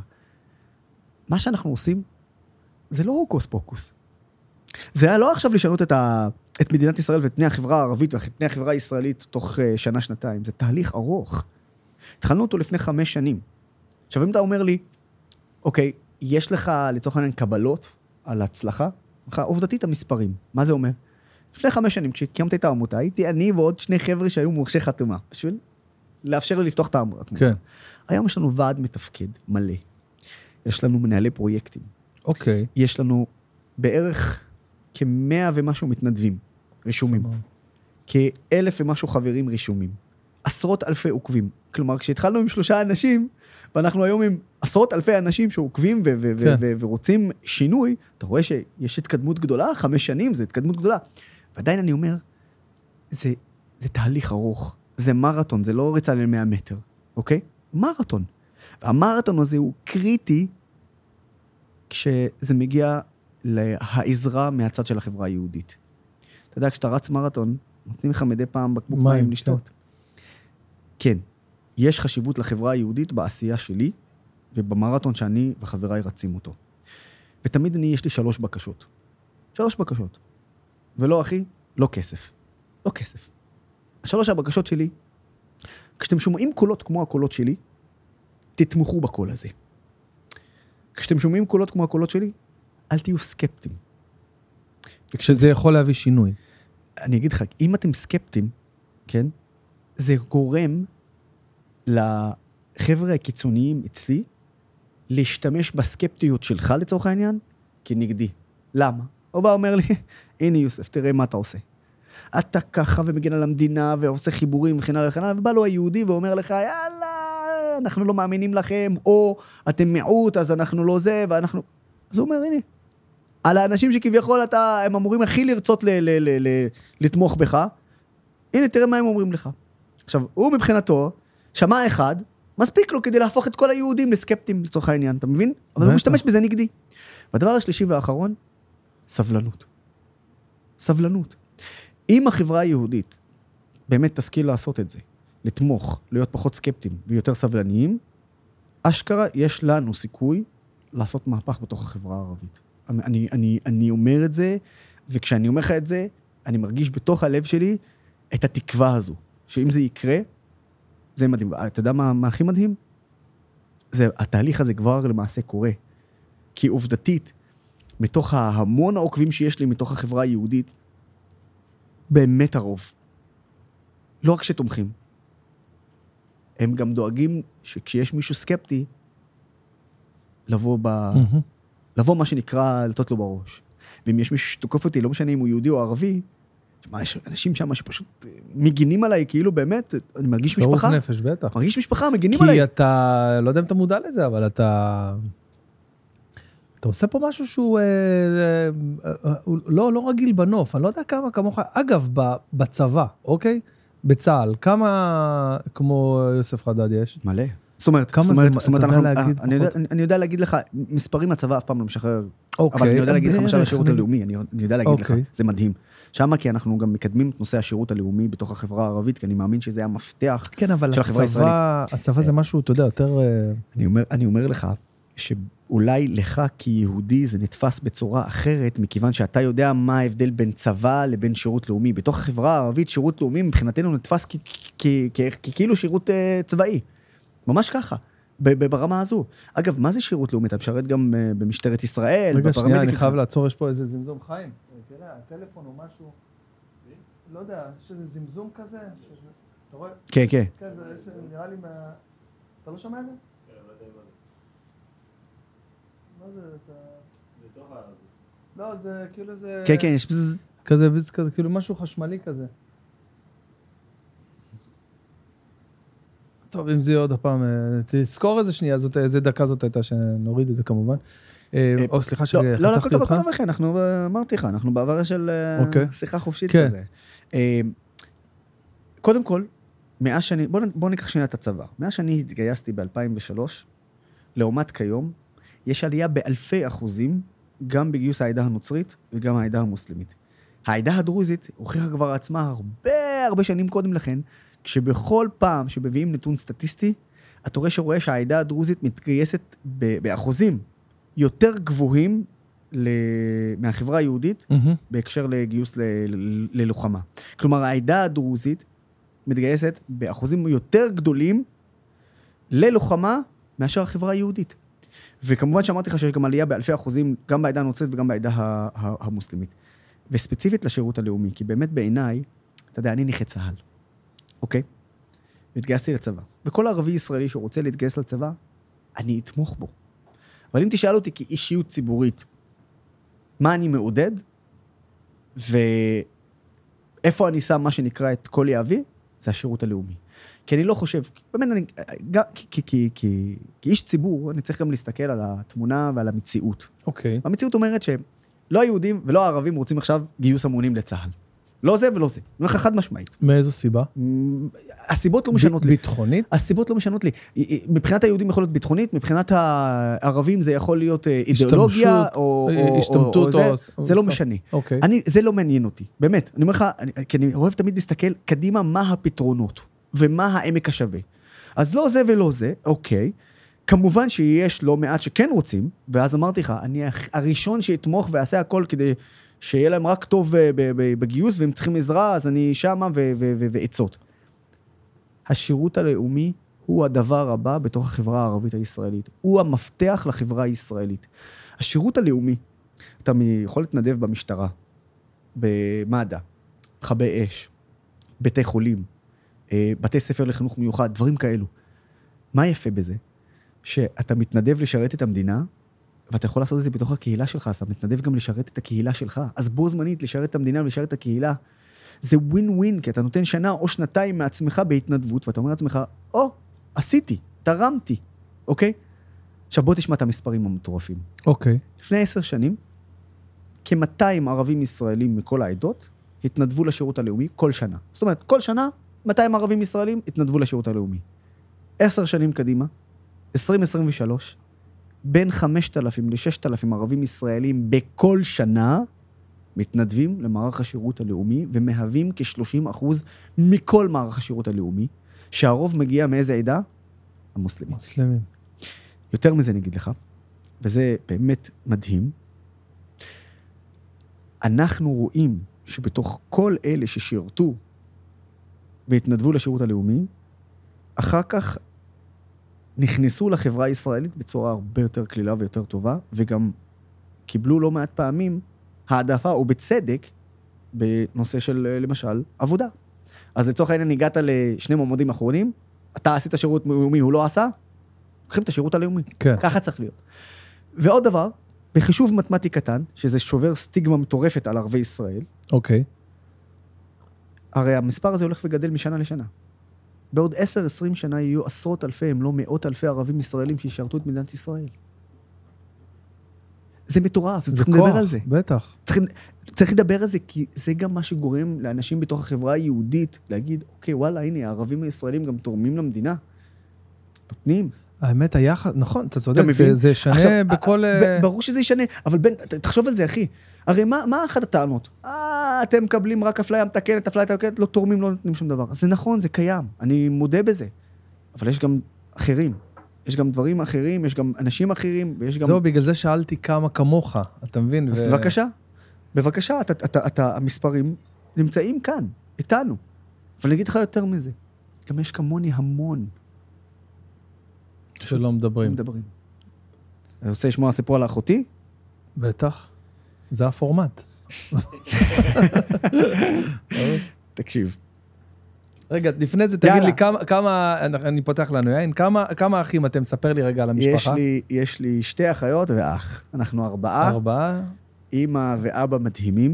מה שאנחנו עושים, זה לא הוקוס פוקוס. זה היה לא עכשיו לשנות את מדינת ישראל ואת פני החברה הערבית ואת פני החברה הישראלית תוך שנה-שנתיים. זה תהליך ארוך. התחלנו אותו לפני 5 שנים. עכשיו, אם אתה אומר לי, אוקיי, יש לך לצורך העניין קבלות על הצלחה, עובדתית המספרים. מה זה אומר? לפני 5 שנים, כשקיימתי את העמותה, הייתי אני ועוד 2 חבר'ה שהיו מורשי חתומה, בשביל לאפשר לי לפתוח את העמותה.
כן.
היום יש לנו ועד מתפקד מלא. יש לנו מנהלי פרויקטים.
אוקיי.
יש לנו בערך כ100 ומשהו מתנדבים, רשומים. כ1000 ומשהו חברים רשומים. עשרות אלפי עוקבים. כלומר, כשהתחלנו עם 3 אנשים, ואנחנו היום עם עשרות אלפי אנשים שעוקבים ורוצים שינוי, אתה רואה שיש התקדמות גדולה, 5 שנים, זה התקדמות גדולה. ועדיין אני אומר, זה תהליך ארוך, זה מרתון, זה לא ריצה ל100 מטר, אוקיי? מרתון. והמרתון הזה הוא קריטי, כשזה מגיע לעזרה מהצד של החברה היהודית. אתה יודע, כשאתה רץ מרתון, נותנים לך מדי פעם בקבוק מים לשתות. כן, יש חשיבות לחברה היהודית בעשייה שלי, ובמרתון שאני וחבריי רצים אותו. ותמיד יש לי 3 בקשות. 3 בקשות. ולא, אחי, לא כסף. לא כסף. 3 הבקשות שלי, כשאתם שומעים קולות כמו הקולות שלי, תתמכו בקול הזה. כשאתם שומעים קולות כמו הקולות שלי, אל תהיו סקפטיים.
כשזה יכול להביא שינוי.
אני אגיד לך, אם אתם סקפטיים, כן, זה גורם לחבר'ה הקיצוניים אצלי, להשתמש בסקפטיות שלך לצורך העניין, כנגדי. למה? הוא בא אומר לי, הנה יוסף, תראה מה אתה עושה. אתה ככה ומגן על המדינה, ועושה חיבורים וכן הלאה וכן הלאה, ובא לו היהודי ואומר לך, יאללה, אנחנו לא מאמינים לכם, או אתם מיעוט, אז אנחנו לא זה, ואנחנו... אז הוא אומר, הנה, על האנשים שכביכול הם אמורים הכי לרצות לתמוך בך, הנה, תראה מה הם אומרים לך. עכשיו, הוא מבחינתו, שמע אחד, מספיק לו כדי להפוך את כל היהודים לסקפטים לצורך העניין, אתה מבין? אבל הוא משתמש בזה נגדי. והדבר השלישי והאחרון, סבלנות. סבלנות. אם החברה היהודית באמת תשכיל לעשות את זה, לתמוך, להיות פחות סקפטים ויותר סבלניים, אשכרה יש לנו סיכוי לעשות מהפך בתוך החברה הערבית. אני אומר את זה, וכשאני אומר לך את זה, אני מרגיש בתוך הלב שלי את התקווה הזו, שאם זה יקרה, זה מדהים. אתה יודע מה הכי מדהים? התהליך הזה כבר למעשה קורה. כי עובדתית, מתוך ההמון העוקבים שיש לי מתוך החברה היהודית, באמת הרוב. לא רק שתומכים. הם גם דואגים שכשיש מישהו סקפטי, לבוא מה שנקרא לתות לו בראש. ואם יש מישהו שתוקף אותי, לא משנה אם הוא יהודי או ערבי, יש אנשים שם שפשוט מגינים עליי, כאילו באמת, אני מרגיש משפחה.
חירוף נפש, בטח.
מרגיש משפחה, מגינים עליי.
כי אתה, לא יודע אם אתה מודע לזה, אבל אתה עושה פה משהו שהוא לא רגיל בנוף, אני לא יודע כמה כמוך, אגב, בצבא, אוקיי? בצה"ל, כמה כמו יוסף חדד יש?
מלא. זאת אומרת, אני יודע להגיד לך, מספרים לצבא אף פעם לא משחרר, אבל אני יודע להגיד לך משל השירות הלאומי, אני יודע להגיד לך, זה מדהים. שמה כי אנחנו גם מקדמים את נושא השירות הלאומי בתוך החברה הערבית, כי אני מאמין שזה המפתח של החברה הישראלית.
הצבא זה משהו, אתה יודע, יותר...
אני אומר לך, אולי לך כיהודי זה נתפס בצורה אחרת, מכיוון שאתה יודע מה ההבדל בין צבא לבין שירות לאומי. בתוך החברה הערבית, שירות לאומי מבחינתנו נתפס כאילו שירות צבאי. ממש ככה, ברמה הזו. אגב, מה זה שירות לאומי? אתה משרת גם במשטרת ישראל,
רגע, שנייה, אני חייב לעצור, יש פה איזה זמזום חיים. תראה, הטלפון או משהו, לא יודע, יש איזה זמזום כזה, אתה רואה?
כן, כן.
כן, זה נראה לי אתה לא שומע את זה? כן, לא יודע מה זה. מה זה? זה טוב הערבי. לא, זה כאילו זה...
כן, כן, יש בזז.
כזה, כאילו משהו חשמלי כזה. טוב, אם זה יהיה עוד הפעם, תזכור איזה שנייה, איזה דקה זאת הייתה שנוריד את זה כמובן. או סליחה שחתכתי אותך.
לא, הכל טוב אחי, אמרתי לך, אנחנו בעבר של שיחה חופשית כזה. קודם כל, בוא ניקח שנייה את הצבא. מאז שאני התגייסתי ב-2003, לעומת כיום, יש עלייה באלפי אחוזים, גם בגיוס העדה הנוצרית וגם העדה המוסלמית. העדה הדרוזית הוכיחה כבר עצמה הרבה שנים קודם לכן, כשבכל פעם שמביאים נתון סטטיסטי, אתה רואה שהעדה הדרוזית מתגייסת באחוזים יותר גבוהים מהחברה היהודית, בהקשר לגיוס ללוחמה. כלומר, העדה הדרוזית מתגייסת באחוזים יותר גדולים ללוחמה מאשר החברה היהודית. וכמובן שאמרתי לך שיש גם עלייה באלפי אחוזים, גם בעדה הנוצרית וגם בעדה המוסלמית. וספציפית לשירות הלאומי, כי באמת בעיניי, אתה יודע, אני נכה צהל. אוקיי? והתגייסתי לצבא. וכל ערבי ישראלי שרוצה להתגייס לצבא, אני אתמוך בו. אבל אם תשאל אותי כאישיות ציבורית, מה אני מעודד, ואיפה אני שם מה שנקרא את כל יאבי, זה השירות הלאומי. כי אני לא חושב, באמת אני, כאיש ציבור, אני צריך גם להסתכל על התמונה ועל המציאות.
אוקיי.
המציאות אומרת שלא היהודים ולא הערבים רוצים עכשיו גיוס המונים לצה"ל. לא זה ולא זה. אני אומר לך חד משמעית.
מאיזו סיבה?
הסיבות לא משנות לי.
ביטחונית?
הסיבות לא משנות לי. מבחינת היהודים יכול להיות ביטחונית, מבחינת הערבים זה יכול להיות אידיאולוגיה, או
השתמטות,
זה לא משנה. זה לא מעניין אותי. באמת. אני אומר לך, כי אני אוהב תמיד להסתכל קדימה מה הפתרונות, ומה העמק השווה. אז לא זה ולא זה, אוקיי. כמובן שיש לא מעט שכן רוצים, ואז אמרתי לך, אני הראשון שיתמוך ועשה הכל כדי שיהיה להם רק טוב בגיוס, והם צריכים עזרה, אז אני שמה ועצות. השירות הלאומי הוא הדבר הבא בתוך החברה הערבית הישראלית. הוא המפתח לחברה הישראלית. השירות הלאומי, אתה יכול להתנדב במשטרה, במד"א, מכבי אש, בתי חולים, בתי ספר לחינוך מיוחד, דברים כאלו. מה יפה בזה? שאתה מתנדב לשרת את המדינה, ואתה יכול לעשות את זה בתוך הקהילה שלך, אז אתה מתנדב גם לשרת את הקהילה שלך. אז בו זמנית לשרת את המדינה ולשרת את הקהילה, זה ווין ווין, כי אתה נותן שנה או שנתיים מעצמך בהתנדבות, ואתה אומר לעצמך, עשיתי, תרמתי, אוקיי? עכשיו בוא תשמע את המספרים המטורפים.
אוקיי.
לפני 10 שנים, כ-200 ערבים ישראלים מכל העדות, התנדבו לשירות הלאומי כל שנה. זאת אומרת, כל שנה, 200 ערבים ישראלים התנדבו לשירות הלאומי. 10 שנים קדימה, 2023, בין 5,000 ל-6,000 ערבים ישראלים בכל שנה מתנדבים למערך השירות הלאומי, ומהווים כ-30% מכל מערך השירות הלאומי, שהרוב מגיע מאיזה עדה? המוסלמים.
מוסלמים.
יותר מזה נגיד לך, וזה באמת מדהים, אנחנו רואים שבתוך כל אלה ששירתו והתנדבו לשירות הלאומי, אחר כך נכנסו לחברה הישראלית בצורה הרבה יותר כלילה ויותר טובה, וגם קיבלו לא מעט פעמים העדפה, או בצדק, בנושא של, למשל, עבודה. אז לצורך העניין, הגעת לשני מועמדים אחרונים, אתה עשית שירות לאומי, הוא לא עשה, לוקחים את השירות הלאומי.
כן.
ככה צריך להיות. ועוד דבר, בחישוב מתמטי קטן, שזה שובר סטיגמה מטורפת על ערבי ישראל,
אוקיי.
הרי המספר הזה הולך וגדל משנה לשנה. בעוד 10-20 שנה יהיו עשרות אלפי, אם לא מאות אלפי ערבים ישראלים שישרתו את מדינת ישראל. זה מטורף, צריך לדבר על זה.
בטח.
צריך לדבר על זה, כי זה גם מה שגורם לאנשים בתוך החברה היהודית, להגיד, אוקיי, וואלה, הנה, הערבים הישראלים גם תורמים למדינה. נותנים.
האמת, היחד, נכון, אתה צודק, זה ישנה בכל...
ברור שזה ישנה, אבל בן, תחשוב על זה, אחי. הרי מה אחת הטענות? אתם מקבלים רק אפליה מתקנת, אפליה מתקנת, לא תורמים, לא נותנים שום דבר. אז זה נכון, זה קיים, אני מודה בזה. אבל יש גם אחרים, יש גם דברים אחרים, יש גם אנשים אחרים, ויש גם...
זהו, בגלל זה שאלתי כמה כמוך, אתה מבין?
אז בבקשה, המספרים נמצאים כאן, איתנו. אבל אני אגיד לך יותר מזה, גם יש כמוני המון.
שלא מדברים.
אני רוצה לשמוע סיפור על אחותי?
בטח. זה הפורמט.
תקשיב.
רגע, לפני זה תגיד לי כמה, אני פותח לנו יין, כמה אחים אתם? ספר לי רגע על המשפחה.
יש לי 2 אחיות ואח. אנחנו 4. אמא ואבא מדהימים.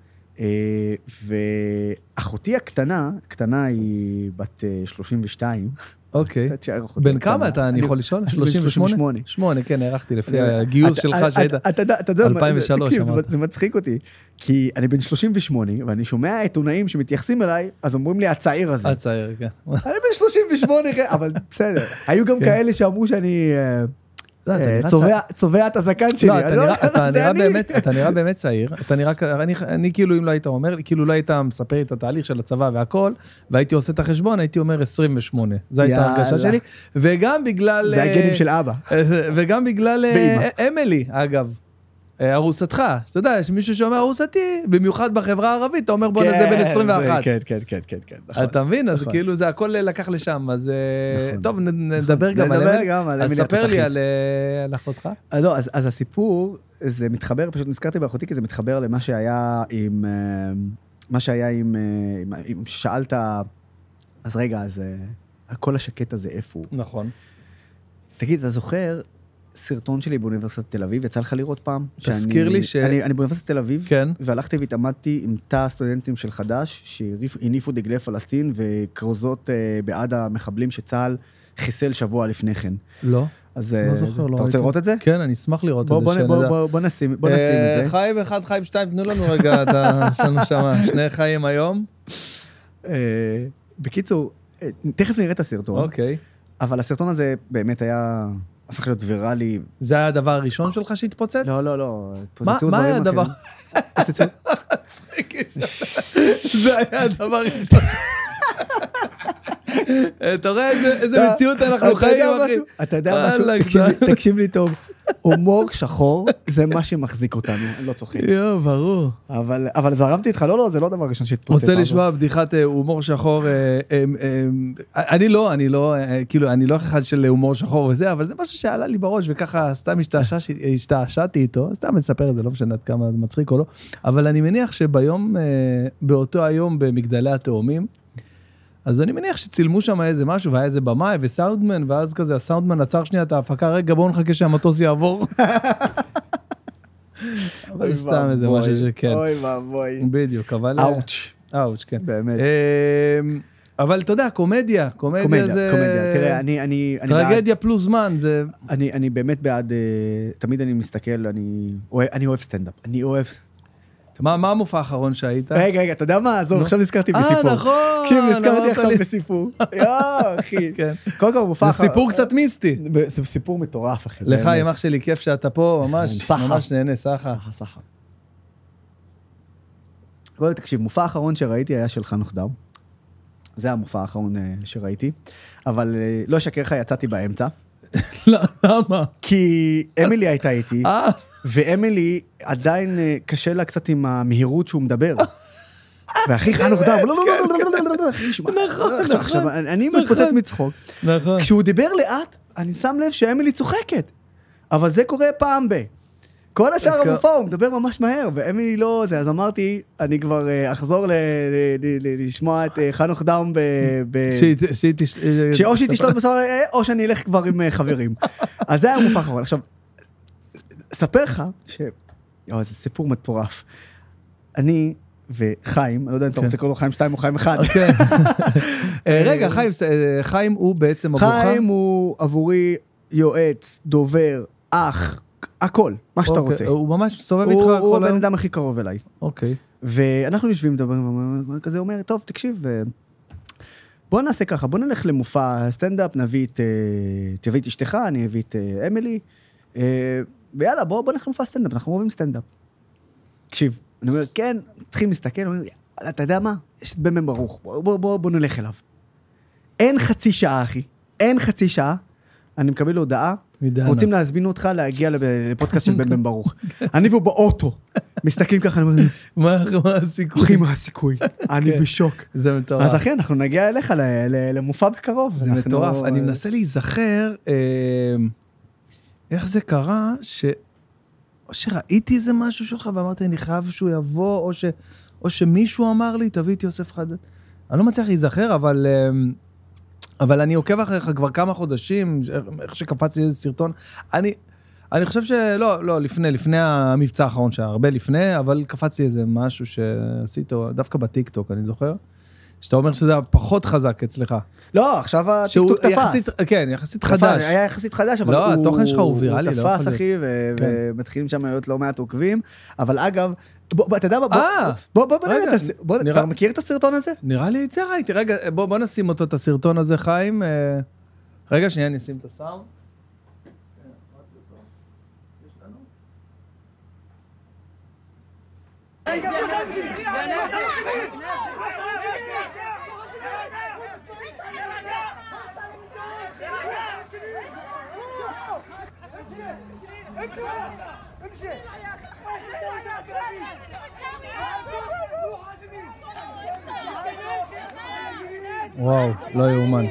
ואחותי הקטנה היא בת 32.
אוקיי. בין כמה אתה, אני יכול לשאול? 38? 8, כן, הערכתי לפי הגיוס שלך שהיית 2003.
זה מצחיק אותי, כי אני בן 38, ואני שומע עיתונאים שמתייחסים אליי, אז אומרים לי, הצעיר הזה.
הצעיר, כן.
אני בן 38, אבל בסדר. היו גם כאלה שאמרו שאני צובע את הזקן שלי.
אתה נראה באמת צעיר, אני כאילו, אם לא היית אומר, כאילו לא היית מספר את התהליך של הצבא והכל, והייתי עושה את החשבון, הייתי אומר 28. זו הייתה הרגשה שלי, וגם בגלל...
זה הגנים של אבא.
וגם בגלל אמילי, אגב. ארוסתך, אתה יודע, יש מישהו שאומר ארוסתי, במיוחד בחברה הערבית, אתה אומר בוא נזה בין 21.
כן.
אתה מבין? אז כאילו זה הכל לקח לשם, אז טוב, נדבר גם על אמילי. אז ספר לי על אחותך.
לא, אז הסיפור, זה מתחבר, פשוט נזכרתי באחותי, כי זה מתחבר למה שהיה עם, שאלת, אז רגע, אז הכל השקט הזה, איפה הוא?
נכון.
תגיד, אתה זוכר, סרטון שלי באוניברסיטת תל אביב, יצא לך לראות פעם?
תזכיר לי
אני באוניברסיטת תל אביב,
כן.
והלכתי והתעמדתי עם תא הסטודנטים של חד"ש, שהניפו דגלי פלסטין, וכרוזות בעד המחבלים שצה"ל חיסל שבוע לפני כן.
לא.
אז אתה רוצה לראות את זה?
כן, אני אשמח לראות את זה.
בוא נשים את זה.
חיים 1, חיים 2, תנו לנו רגע, יש לנו שם 2 חיים היום.
בקיצור, תכף נראה את הסרטון.
אוקיי.
אבל הסרטון הזה באמת היה... הפך להיות ויראלי.
זה היה הדבר הראשון שלך שהתפוצץ?
לא.
מה היה הדבר? זה היה הדבר הראשון. אתה רואה איזה מציאות אנחנו חיים, אחי?
אתה יודע משהו? תקשיב לי טוב. הומור שחור זה מה שמחזיק אותנו, אני לא צוחק.
ברור.
אבל זרמתי איתך, לא, זה לא דבר ראשון שהתפוצץ.
רוצה לשמוע בדיחת הומור שחור, אני לא, כאילו, אני לא אחד של הומור שחור וזה, אבל זה משהו שעלה לי בראש, וככה סתם השתעשעתי איתו, סתם מספר את זה, לא משנה עד כמה מצחיק או לא, אבל אני מניח באותו היום במגדלי התאומים, אז אני מניח שצילמו שם איזה משהו, והיה איזה במאי וסאונדמן, ואז כזה הסאונדמן עצר שנייה את ההפקה, רגע בואו נחכה שהמטוס יעבור. אבל סתם איזה משהו שכן.
אוי ואבוי.
בדיוק, אבל... אאוץ', כן.
באמת.
אבל אתה יודע, קומדיה זה...
קומדיה, תראה, אני...
טרגדיה פלוס זמן, זה...
אני באמת בעד... תמיד אני מסתכל, אני אוהב סטנדאפ. אני אוהב...
מה המופע האחרון שהיית?
רגע, אתה יודע מה? עזוב, עכשיו נזכרתי בסיפור.
נכון.
תקשיב, נזכרתי עכשיו בסיפור. אחי. קודם כל, מופע
זה סיפור קצת מיסטי.
זה סיפור מטורף, אחי.
לך, עם אח שלי, כיף שאתה פה, ממש נהנה, סחה.
בואו, תקשיב, מופע האחרון שראיתי היה של חנוך דאום. זה המופע האחרון שראיתי. אבל לא אשקר לך, יצאתי באמצע.
למה?
כי אמילי הייתה איתי. ואמילי עדיין קשה לה קצת עם המהירות שהוא מדבר. ואחי חנוך דם, נכון. עכשיו, אני מתפוצץ מצחוק.
נכון.
כשהוא דיבר לאט, אני שם לב שאמילי צוחקת. אבל זה קורה פעם ב. כל השאר המופע הוא מדבר ממש מהר, ואמילי לא זה. אז אמרתי, אני כבר אחזור לשמוע את חנוך דם או שהיא תשתות בשר, או שאני אלך כבר עם חברים. אז זה היה מופע אחרון. עכשיו, אספר לך זה סיפור מטורף. אני וחיים, אני לא יודע אם אתה רוצה לקרוא לו חיים 2 או חיים 1.
רגע, חיים הוא בעצם עבורך?
חיים הוא עבורי יועץ, דובר, אח, הכל, מה שאתה רוצה.
הוא ממש סובב איתך כל היום?
הוא הבן אדם הכי קרוב אליי.
אוקיי.
ואנחנו יושבים מדברים, וכזה אומר, טוב, תקשיב, בוא נעשה ככה, בוא נלך למופע סטנדאפ, תביא את אשתך, אני אביא את אמילי, ויאללה, בוא נלך למופע סטנדאפ, אנחנו אוהבים סטנדאפ. תקשיב, אני אומר, כן, תתחיל מסתכל, אני אומר, אתה יודע מה? יש את במם ברוך, בוא נלך אליו. אין חצי שעה, אחי, אין חצי שעה, אני מקבל הודעה, רוצים להזמין אותך להגיע לפודקאסט של בן ברוך. אני והוא באוטו, מסתכלים ככה,
מה הסיכוי?
אחי, מה הסיכוי? אני בשוק.
זה מטורף.
אז אחי, אנחנו נגיע אליך למופע בקרוב.
זה מטורף. אני מנסה להיזכר איך זה קרה, או שראיתי איזה משהו שלך, ואמרתי, אני חייב שהוא יבוא, או שמישהו אמר לי, תביא את יוסף חדד. אני לא מצליח להיזכר, אבל אני עוקב אחריך כבר כמה חודשים, איך שקפצתי איזה סרטון. אני חושב שלא, לפני המבצע האחרון, שהרבה לפני, אבל קפצתי איזה משהו שעשית, דווקא בטיקטוק, אני זוכר, שאתה אומר שזה פחות חזק אצלך.
לא, עכשיו הטיקטוק תפס.
כן, יחסית חדש.
היה יחסית חדש, אבל
לא, התוכן שלך הוא ויראלי.
הוא תפס, אחי, ומתחילים שם להיות לא מעט עוקבים, אבל אגב, אתה יודע, בוא נראה, אתה מכיר את הסרטון הזה?
נראה לי, יצא ראיתי, רגע, בוא נשים אותו, את הסרטון הזה, חיים. רגע, שנייה, נשים את הסאונד. וואו, לא יאומן.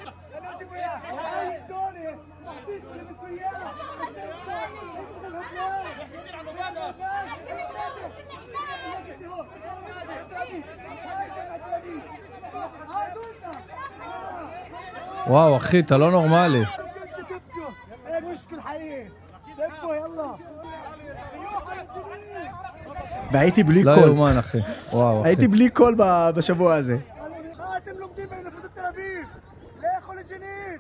וואו, אחי, אתה לא נורמלי.
והייתי בלי
קול.
לא
יאומן, אחי. וואו, אחי.
הייתי בלי קול בשבוע הזה.
מה אתם לומדים באוניברסיטת תל אביב? לכו לג'נין!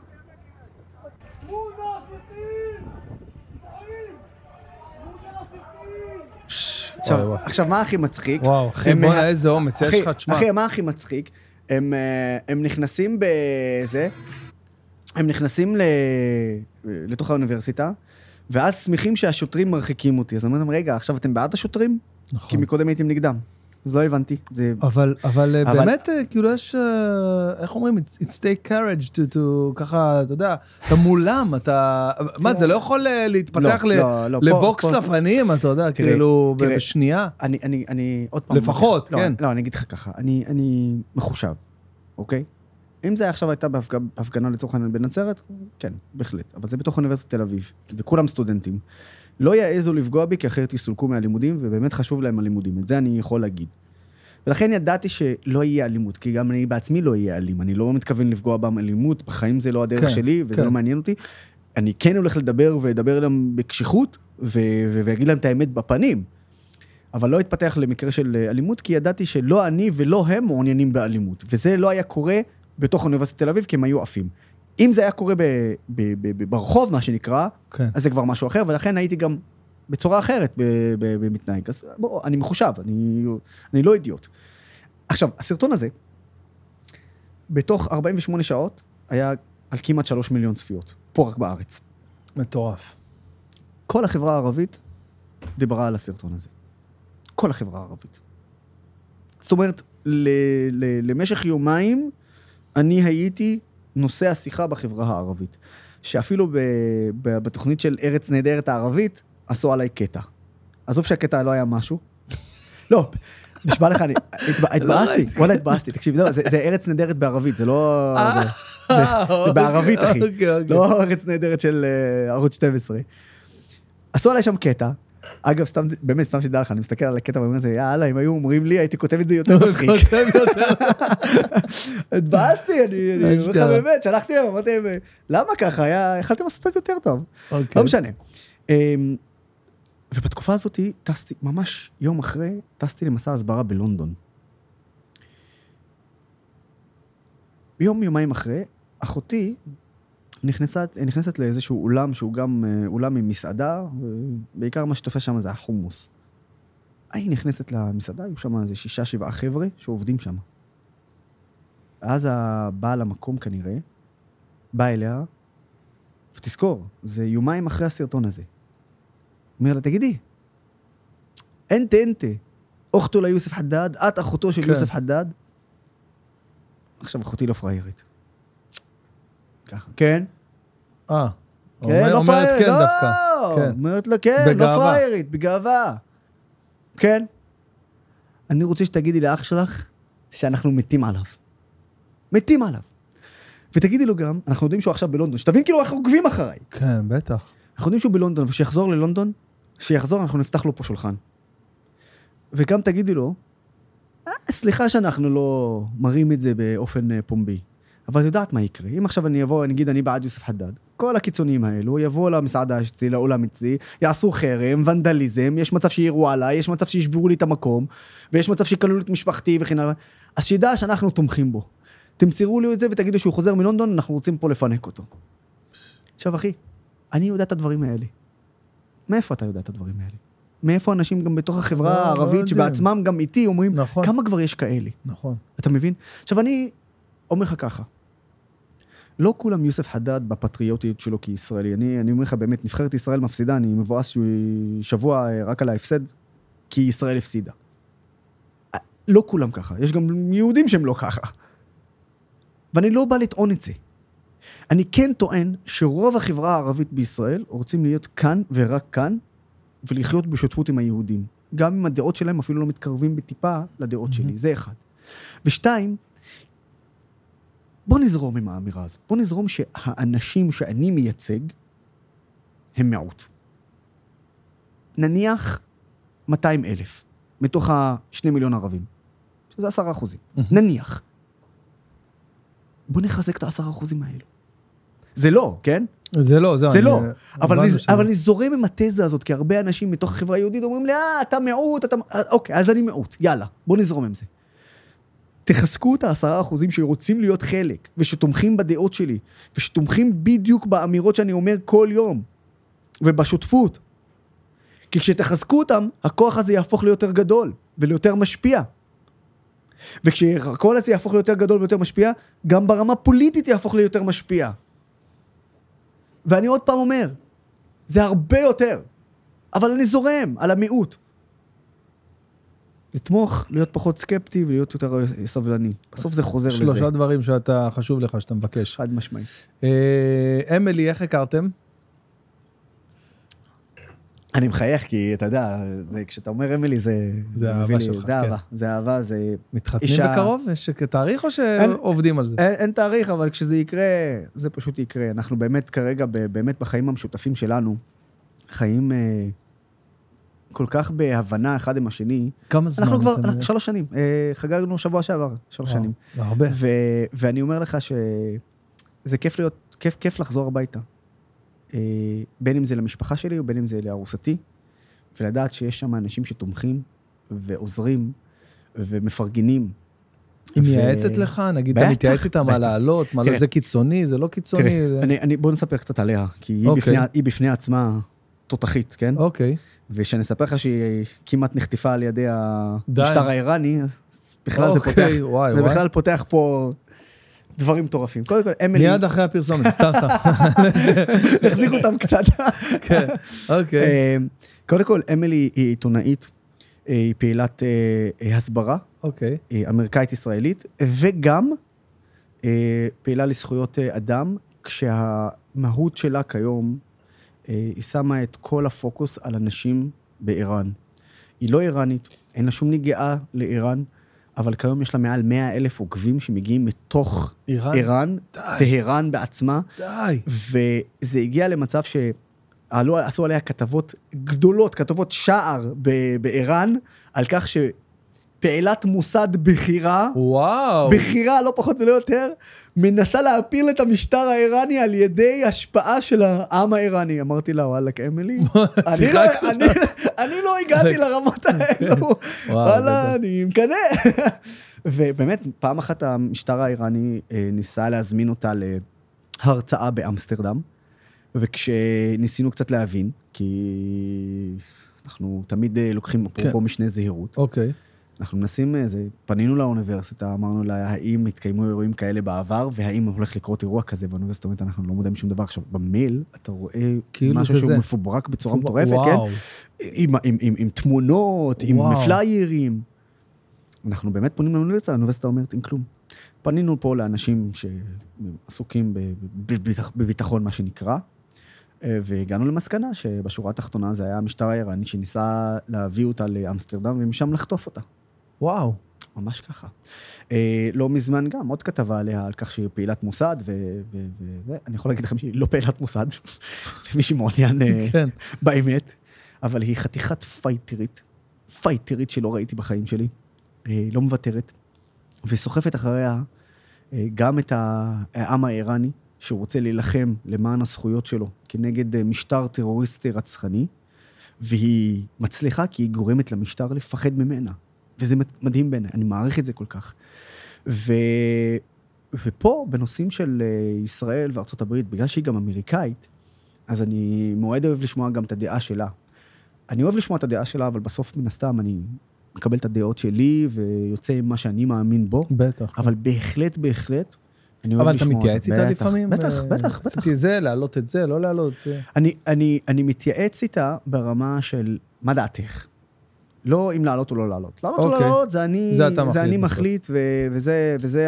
עכשיו, מה הכי מצחיק?
וואו, אחי, בוא'נה, איזה אומץ, יש לך, תשמע.
אחי, מה הכי מצחיק? הם נכנסים בזה, הם נכנסים לתוך האוניברסיטה, ואז שמחים שהשוטרים מרחיקים אותי. אז אני אומר, רגע, עכשיו אתם בעד השוטרים?
נכון.
כי מקודם הייתם נגדם. אז לא הבנתי.
אבל באמת, כאילו יש, איך אומרים, it's take courage to ככה, אתה יודע, אתה מולם, אתה, מה, זה לא יכול להתפתח לבוקס לפנים, אתה יודע, כאילו, בשנייה?
אני, עוד פעם.
לפחות, כן.
לא, אני אגיד לך ככה, אני מחושב, אוקיי? אם זה עכשיו הייתה בהפגנה לצורך העניין בנצרת, כן, בהחלט. אבל זה בתוך אוניברסיטת תל אביב, וכולם סטודנטים. לא יעזו לפגוע בי, כי אחרת יסולקו מהלימודים, ובאמת חשוב להם הלימודים. את זה אני יכול להגיד. ולכן ידעתי שלא יהיה אלימות, כי גם אני בעצמי לא יהיה אלים. אני לא מתכוון לפגוע בהם אלימות, בחיים זה לא הדרך שלי, וזה לא מעניין אותי. אני כן הולך לדבר, וידבר אליהם בקשיחות, ויגיד להם את האמת בפנים. אבל לא התפתח למקרה של אלימות, כי ידעתי שלא אני ולא הם מעוניינים באלימות. וזה לא היה קורה בתוך אוניברסיטת תל אביב, כי הם היו עפים. אם זה היה קורה ברחוב, מה שנקרא, אז זה כבר משהו אחר, ולכן הייתי גם בצורה אחרת במתנהג. אז בוא, אני מחושב, אני לא אידיוט. עכשיו, הסרטון הזה, בתוך 48 שעות, היה על כמעט 3 מיליון צפיות, פה רק בארץ.
מטורף.
כל החברה הערבית דיברה על הסרטון הזה. כל החברה הערבית. זאת אומרת, למשך יומיים, אני הייתי נושא השיחה בחברה הערבית. שאפילו בתוכנית של ארץ נהדרת הערבית, עשו עליי קטע. עזוב שהקטע לא היה משהו. לא, נשבע לך, אני התבאסתי, וואלה התבאסתי, תקשיב, זה ארץ נהדרת בערבית, זה לא... זה בערבית, אחי. לא ארץ נהדרת של ערוץ 12. עשו עליי שם קטע, אגב, באמת, סתם שדע לך, אני מסתכל על הקטע ואומר את זה, יאללה, אם היו אומרים לי, הייתי כותב את זה יותר מצחיק. התבאסתי, אני אומר לך באמת, שלחתי להם, אמרתי להם, למה ככה? יכלתם לעשות את יותר טוב. לא משנה. ובתקופה הזאת טסתי, ממש יום אחרי, טסתי למסע הסברה בלונדון. יומיים אחרי, אחותי נכנסת לאיזשהו אולם, שהוא גם אולם עם מסעדה, ובעיקר מה שתופס שם זה החומוס. היא נכנסת למסעדה, היו שם איזה 6-7 חבר'ה שעובדים שם. ואז הבעל המקום כנראה, בא אליה, ותזכור, זה יומיים אחרי הסרטון הזה. אומר לה, תגידי, אנטה, אוכתו ליוסף חדד, את אחותו של יוסף חדד. עכשיו אחותי לא פריירית. ככה. כן? כן, לא
אומרת
פריירית,
כן דווקא.
כן. אומרת לה כן, לא פריירית, בגאווה. כן. אני רוצה שתגידי לאח שלך שאנחנו מתים עליו. מתים עליו. ותגידי לו גם, אנחנו יודעים שהוא עכשיו בלונדון, שתבין כאילו אנחנו עוקבים אחריי.
כן, בטח.
אנחנו יודעים שהוא בלונדון, ושיחזור ללונדון, שיחזור, אנחנו נפתח לו פה שולחן. וגם תגידי לו, סליחה שאנחנו לא מראים את זה באופן פומבי, אבל את יודעת מה יקרה. אם עכשיו אני אבוא, נגיד אני בעד יוסף חדד, כל הקיצונים האלו יבואו למסעדה שלי, לאולם אצלי, יעשו חרם, ונדליזם, יש מצב שיראו עליי, יש מצב שישברו לי את המקום, ויש מצב שיקללו את משפחתי וכן הלאה. אז שידע שאנחנו תומכים בו. תמסרו לי את זה ותגידו שהוא חוזר מלונדון, אנחנו רוצים פה לפנק אותו. עכשיו אחי, אני יודע את הדברים האלה. מאיפה אתה יודע את הדברים האלה? מאיפה אנשים גם בתוך החברה הערבית, שבעצמם גם איתי אומרים, כמה כבר יש כאלה?
נכון.
אתה מבין? עכשיו אני אומר לך ככה, לא כולם יוסף חדד בפטריוטיות שלו כישראלי. אני אומר לך באמת, נבחרת ישראל מפסידה, אני מבואס שבוע רק על ההפסד, כי ישראל הפסידה. לא כולם ככה, יש גם יהודים שהם לא ככה. ואני לא בא לטעון את זה. אני כן טוען שרוב החברה הערבית בישראל רוצים להיות כאן ורק כאן, ולחיות בשותפות עם היהודים. גם אם הדעות שלהם אפילו לא מתקרבים בטיפה לדעות שלי. זה אחד. ושתיים, בוא נזרום עם האמירה הזאת. בוא נזרום שהאנשים שאני מייצג הם מיעוט. נניח 200,000 מתוך 2 מיליון ערבים. שזה 10%. נניח. בוא נחזק את 10% האלו. זה לא, כן?
זה לא,
זה לא. אבל אני זורם עם התזה הזאת, כי הרבה אנשים מתוך החברה היהודית אומרים לי, אתה מיעוט, אוקיי, אז אני מיעוט, יאללה, בוא נזרום עם זה. תחזקו את 10% שרוצים להיות חלק, ושתומכים בדעות שלי, ושתומכים בדיוק באמירות שאני אומר כל יום, ובשותפות. כי כשתחזקו אותם, הכוח הזה יהפוך ליותר גדול, וליותר משפיע. וכשהכל הזה יהפוך ליותר גדול ויותר משפיע, גם ברמה פוליטית יהפוך ליותר משפיע. ואני עוד פעם אומר, זה הרבה יותר, אבל אני זורם על המיעוט. לתמוך, להיות פחות סקפטי ולהיות יותר סבלני. בסוף זה חוזר לזה.
3 דברים שאתה חשוב לך, שאתה מבקש.
חד משמעי.
אמילי, איך הכרתם?
אני מחייך, כי אתה יודע, כשאתה אומר אמילי,
זה אהבה שלך.
זה אהבה, זה אהבה, זה...
מתחתנים בקרוב? יש תאריך או שעובדים על זה?
אין תאריך, אבל כשזה יקרה, זה פשוט יקרה. אנחנו באמת כרגע, באמת בחיים המשותפים שלנו, חיים כל כך בהבנה אחד עם השני.
כמה זמן?
אנחנו כבר 3 שנים. חגגנו שבוע שעבר, 3 שנים.
הרבה.
ואני אומר לך שזה כיף לחזור הביתה. בין אם זה למשפחה שלי, או בין אם זה לארוסתי, ולדעת שיש שם אנשים שתומכים, ועוזרים, ומפרגנים.
היא מייעצת לך? נגיד, אתה מתייעץ איתם על העלות, מה לא, זה קיצוני, זה לא קיצוני?
בוא נספר קצת עליה, כי היא בפני עצמה תותחית, כן?
אוקיי.
ושאני אספר לך שהיא כמעט נחטפה על ידי המשטר האיראני, בכלל זה בכלל פותח פה דברים מטורפים. קודם כל, אמילי...
מיד אחרי הפרסומת, סתם.
נחזיק אותם קצת.
כן, אוקיי.
קודם כל, אמילי היא עיתונאית, היא פעילת הסברה, אמריקאית ישראלית, וגם פעילה לזכויות אדם, כשהמהות שלה כיום, היא שמה את כל הפוקוס על אנשים באיראן. היא לא איראנית, אין לה שום נגיעה לאיראן, אבל כיום יש לה מעל 100,000 עוקבים שמגיעים מתוך איראן, טהרן בעצמה.
די.
וזה הגיע למצב שעשו עליה כתבות גדולות, כתבות שער באיראן, על כך שפעילת מוסד בחירה, בחירה לא פחות ולא יותר, מנסה להפיל את המשטר האיראני על ידי השפעה של העם האיראני. אמרתי לה, וואלק, אמילי, אני לא הגעתי לרמות האלו. וואלה, אני מקנה. ובאמת, פעם אחת המשטר האיראני ניסה להזמין אותה להרצאה באמסטרדם, וכשניסינו קצת להבין, כי אנחנו תמיד לוקחים פה משנה זהירות.
אוקיי.
אנחנו מנסים, פנינו לאוניברסיטה, אמרנו לה, האם התקיימו אירועים כאלה בעבר, והאם הולך לקרות אירוע כזה, והאוניברסיטה אומרת, אנחנו לא מודעים שום דבר. עכשיו, במייל, אתה רואה משהו שהוא מפוברק בצורה מטורפת, כן? עם תמונות, עם פליירים. אנחנו באמת פונים לאוניברסיטה, האוניברסיטה אומרת, אין כלום. פנינו פה לאנשים שעסוקים בביטחון, מה שנקרא, והגענו למסקנה שבשורה התחתונה זה היה המשטר האיראני שניסה להביא אותה לאמסטרדם ומשם לחטוף אותה.
וואו.
ממש ככה. לא מזמן גם, עוד כתבה עליה על כך שהיא פעילת מוסד, ואני יכול להגיד לכם שהיא לא פעילת מוסד, מי שמעוניין באמת, אבל היא חתיכת פייטרית שלא ראיתי בחיים שלי, לא מוותרת, וסוחפת אחריה גם את העם האיראני, שהוא רוצה להילחם למען הזכויות שלו, כנגד משטר טרוריסטי רצחני, והיא מצליחה כי היא גורמת למשטר לפחד ממנה. וזה מדהים בעיניי, אני מעריך את זה כל כך. ופה, בנושאים של ישראל וארצות הברית, בגלל שהיא גם אמריקאית, אז אני מאוד אוהב לשמוע גם את הדעה שלה. אני אוהב לשמוע את הדעה שלה, אבל בסוף מן הסתם אני מקבל את הדעות שלי, ויוצא עם מה שאני מאמין בו.
בטח.
אבל בהחלט, אני אוהב לשמוע.
אבל אתה מתייעץ איתה לפעמים?
בטח.
עשיתי זה, להעלות את זה, לא להעלות.
אני מתייעץ איתה ברמה של מה דעתך. לא אם לעלות או לא לעלות. לעלות או לא לעלות, זה אני מחליט, וזה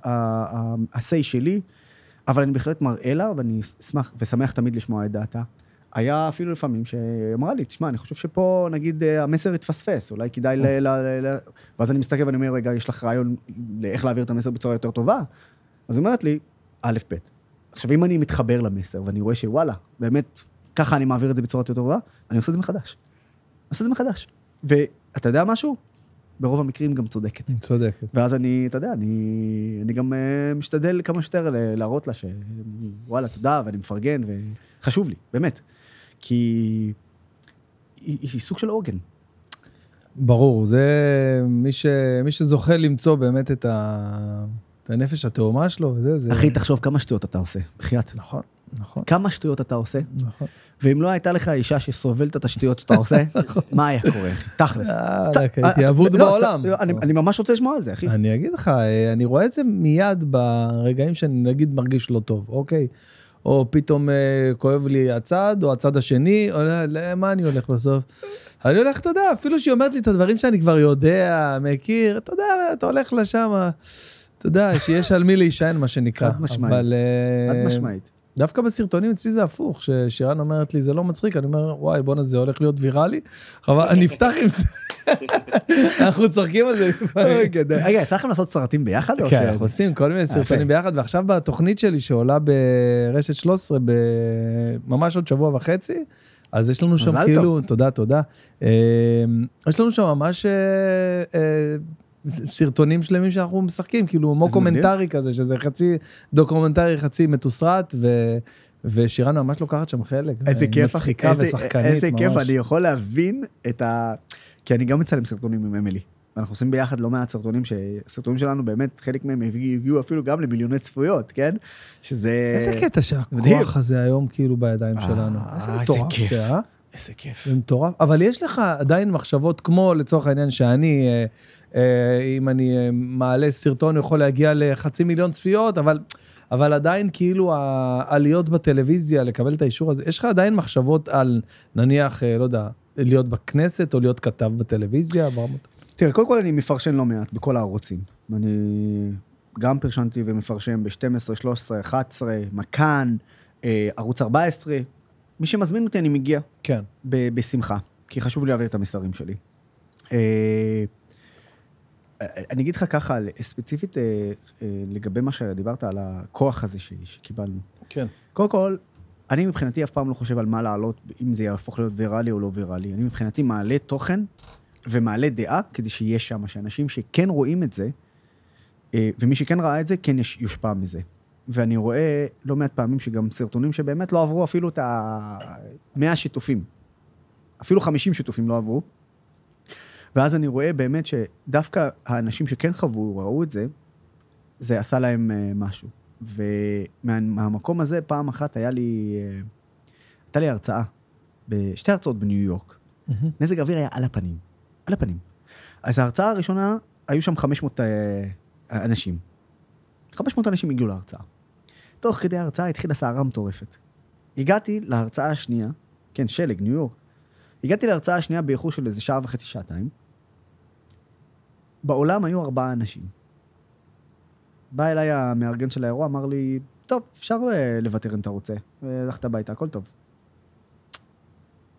ה-say שלי, אבל אני בהחלט מראה לה, ואני אשמח ושמח תמיד לשמוע את דעתה. היה אפילו לפעמים שאמרה לי, תשמע, אני חושב שפה, נגיד, המסר יתפספס, אולי כדאי ואז אני מסתכל ואני אומר, רגע, יש לך רעיון לאיך להעביר את המסר בצורה יותר טובה? אז היא אומרת לי, א', ב'. עכשיו, אם אני מתחבר למסר, ואני רואה שוואלה, באמת, ככה אני מעביר את זה בצורה יותר טובה, אני עושה את זה מחדש. ואתה יודע משהו? ברוב המקרים גם צודקת.
צודקת.
ואז אתה יודע, אני גם משתדל כמה שיותר להראות לה שוואלה, תודה, ואני מפרגן, וחשוב לי, באמת. כי היא סוג של עוגן.
ברור, זה מי שזוכה למצוא באמת את הנפש התאומה שלו, וזה...
אחי, תחשוב כמה שטויות אתה עושה, בחייאת.
נכון.
כמה שטויות אתה עושה,
נכון.
ואם לא הייתה לך אישה שסובלת את השטויות שאתה עושה, מה היה קורה, אחי? תכלס.
הייתי אבוד בעולם.
אני ממש רוצה לשמוע על זה, אחי.
אני אגיד לך, אני רואה את זה מיד ברגעים שאני נגיד מרגיש לא טוב, אוקיי? או פתאום כואב לי הצד, או הצד השני, או למה אני הולך בסוף? אני הולך, אתה יודע, אפילו שהיא אומרת לי את הדברים שאני כבר יודע, מכיר, אתה יודע, אתה הולך לשם, אתה יודע, שיש על מי להישען, מה שנקרא.
חד משמעית.
דווקא בסרטונים אצלי זה הפוך, ששירן אומרת לי, זה לא מצחיק, אני אומר, וואי, בוא נזה, הולך להיות ויראלי, אבל אני אפתח עם זה. אנחנו צוחקים על זה.
רגע, צריכים לעשות סרטים ביחד?
כן, אנחנו עושים כל מיני סרטונים ביחד, ועכשיו בתוכנית שלי שעולה ברשת 13, ממש עוד שבוע וחצי, אז יש לנו שם כאילו, תודה. יש לנו שם ממש סרטונים שלמים שאנחנו משחקים, כאילו מוקומנטרי כזה, שזה חצי דוקומנטרי, חצי מתוסרט, ושירן ממש לוקחת שם חלק.
איזה כיף,
מצחיקה ושחקנית ממש.
איזה כיף, אני יכול להבין כי אני גם מצלם סרטונים עם אמילי. ואנחנו עושים ביחד לא מעט סרטונים, שהסרטונים שלנו באמת, חלק מהם הגיעו אפילו גם למיליוני צפויות, כן? שזה...
איזה קטע שהכוח הזה היום כאילו בידיים שלנו. איזה מטורף זה,
איזה כיף.
זה מטורף. אבל יש לך עדיין מחשבות כמו לצורך העניין שאני, אם אני מעלה סרטון, יכול להגיע ל500,000 צפיות, אבל עדיין כאילו העליות בטלוויזיה, לקבל את האישור הזה, יש לך עדיין מחשבות על, נניח, לא יודע, להיות בכנסת או להיות כתב בטלוויזיה?
תראה, קודם כל אני מפרשן לא מעט בכל הערוצים. אני גם פרשנתי ומפרשם ב-12, 13, 11, מכאן, ערוץ 14. מי שמזמין אותי אני מגיע.
כן.
בשמחה, כי חשוב לי להעביר את המסרים שלי. אני אגיד לך ככה, ספציפית לגבי מה שדיברת על הכוח הזה שקיבלנו.
כן.
קודם כל, אני מבחינתי אף פעם לא חושב על מה לעלות, אם זה יהפוך להיות ויראלי או לא ויראלי. אני מבחינתי מעלה תוכן ומעלה דעה, כדי שיהיה שם, שאנשים שכן רואים את זה, ומי שכן ראה את זה, כן יושפע מזה. ואני רואה לא מעט פעמים שגם סרטונים שבאמת לא עברו אפילו את 100 שיתופים. אפילו 50 שיתופים לא עברו. ואז אני רואה באמת שדווקא האנשים שכן חוו, ראו את זה, זה עשה להם משהו. ומהמקום הזה, פעם אחת הייתה לי הרצאה, בשתי הרצאות בניו יורק. מזג האוויר היה על הפנים. על הפנים. אז ההרצאה הראשונה, היו שם 500 אנשים. 500 אנשים הגיעו להרצאה. תוך כדי ההרצאה התחילה סערה מטורפת. הגעתי להרצאה השנייה, כן, שלג, ניו יורק. הגעתי להרצאה השנייה באיחור של איזה שעה וחצי, שעתיים. בעולם היו 4 אנשים. בא אליי המארגן של האירוע, אמר לי, טוב, אפשר לוותר אם אתה רוצה. והלכת הביתה, הכל טוב.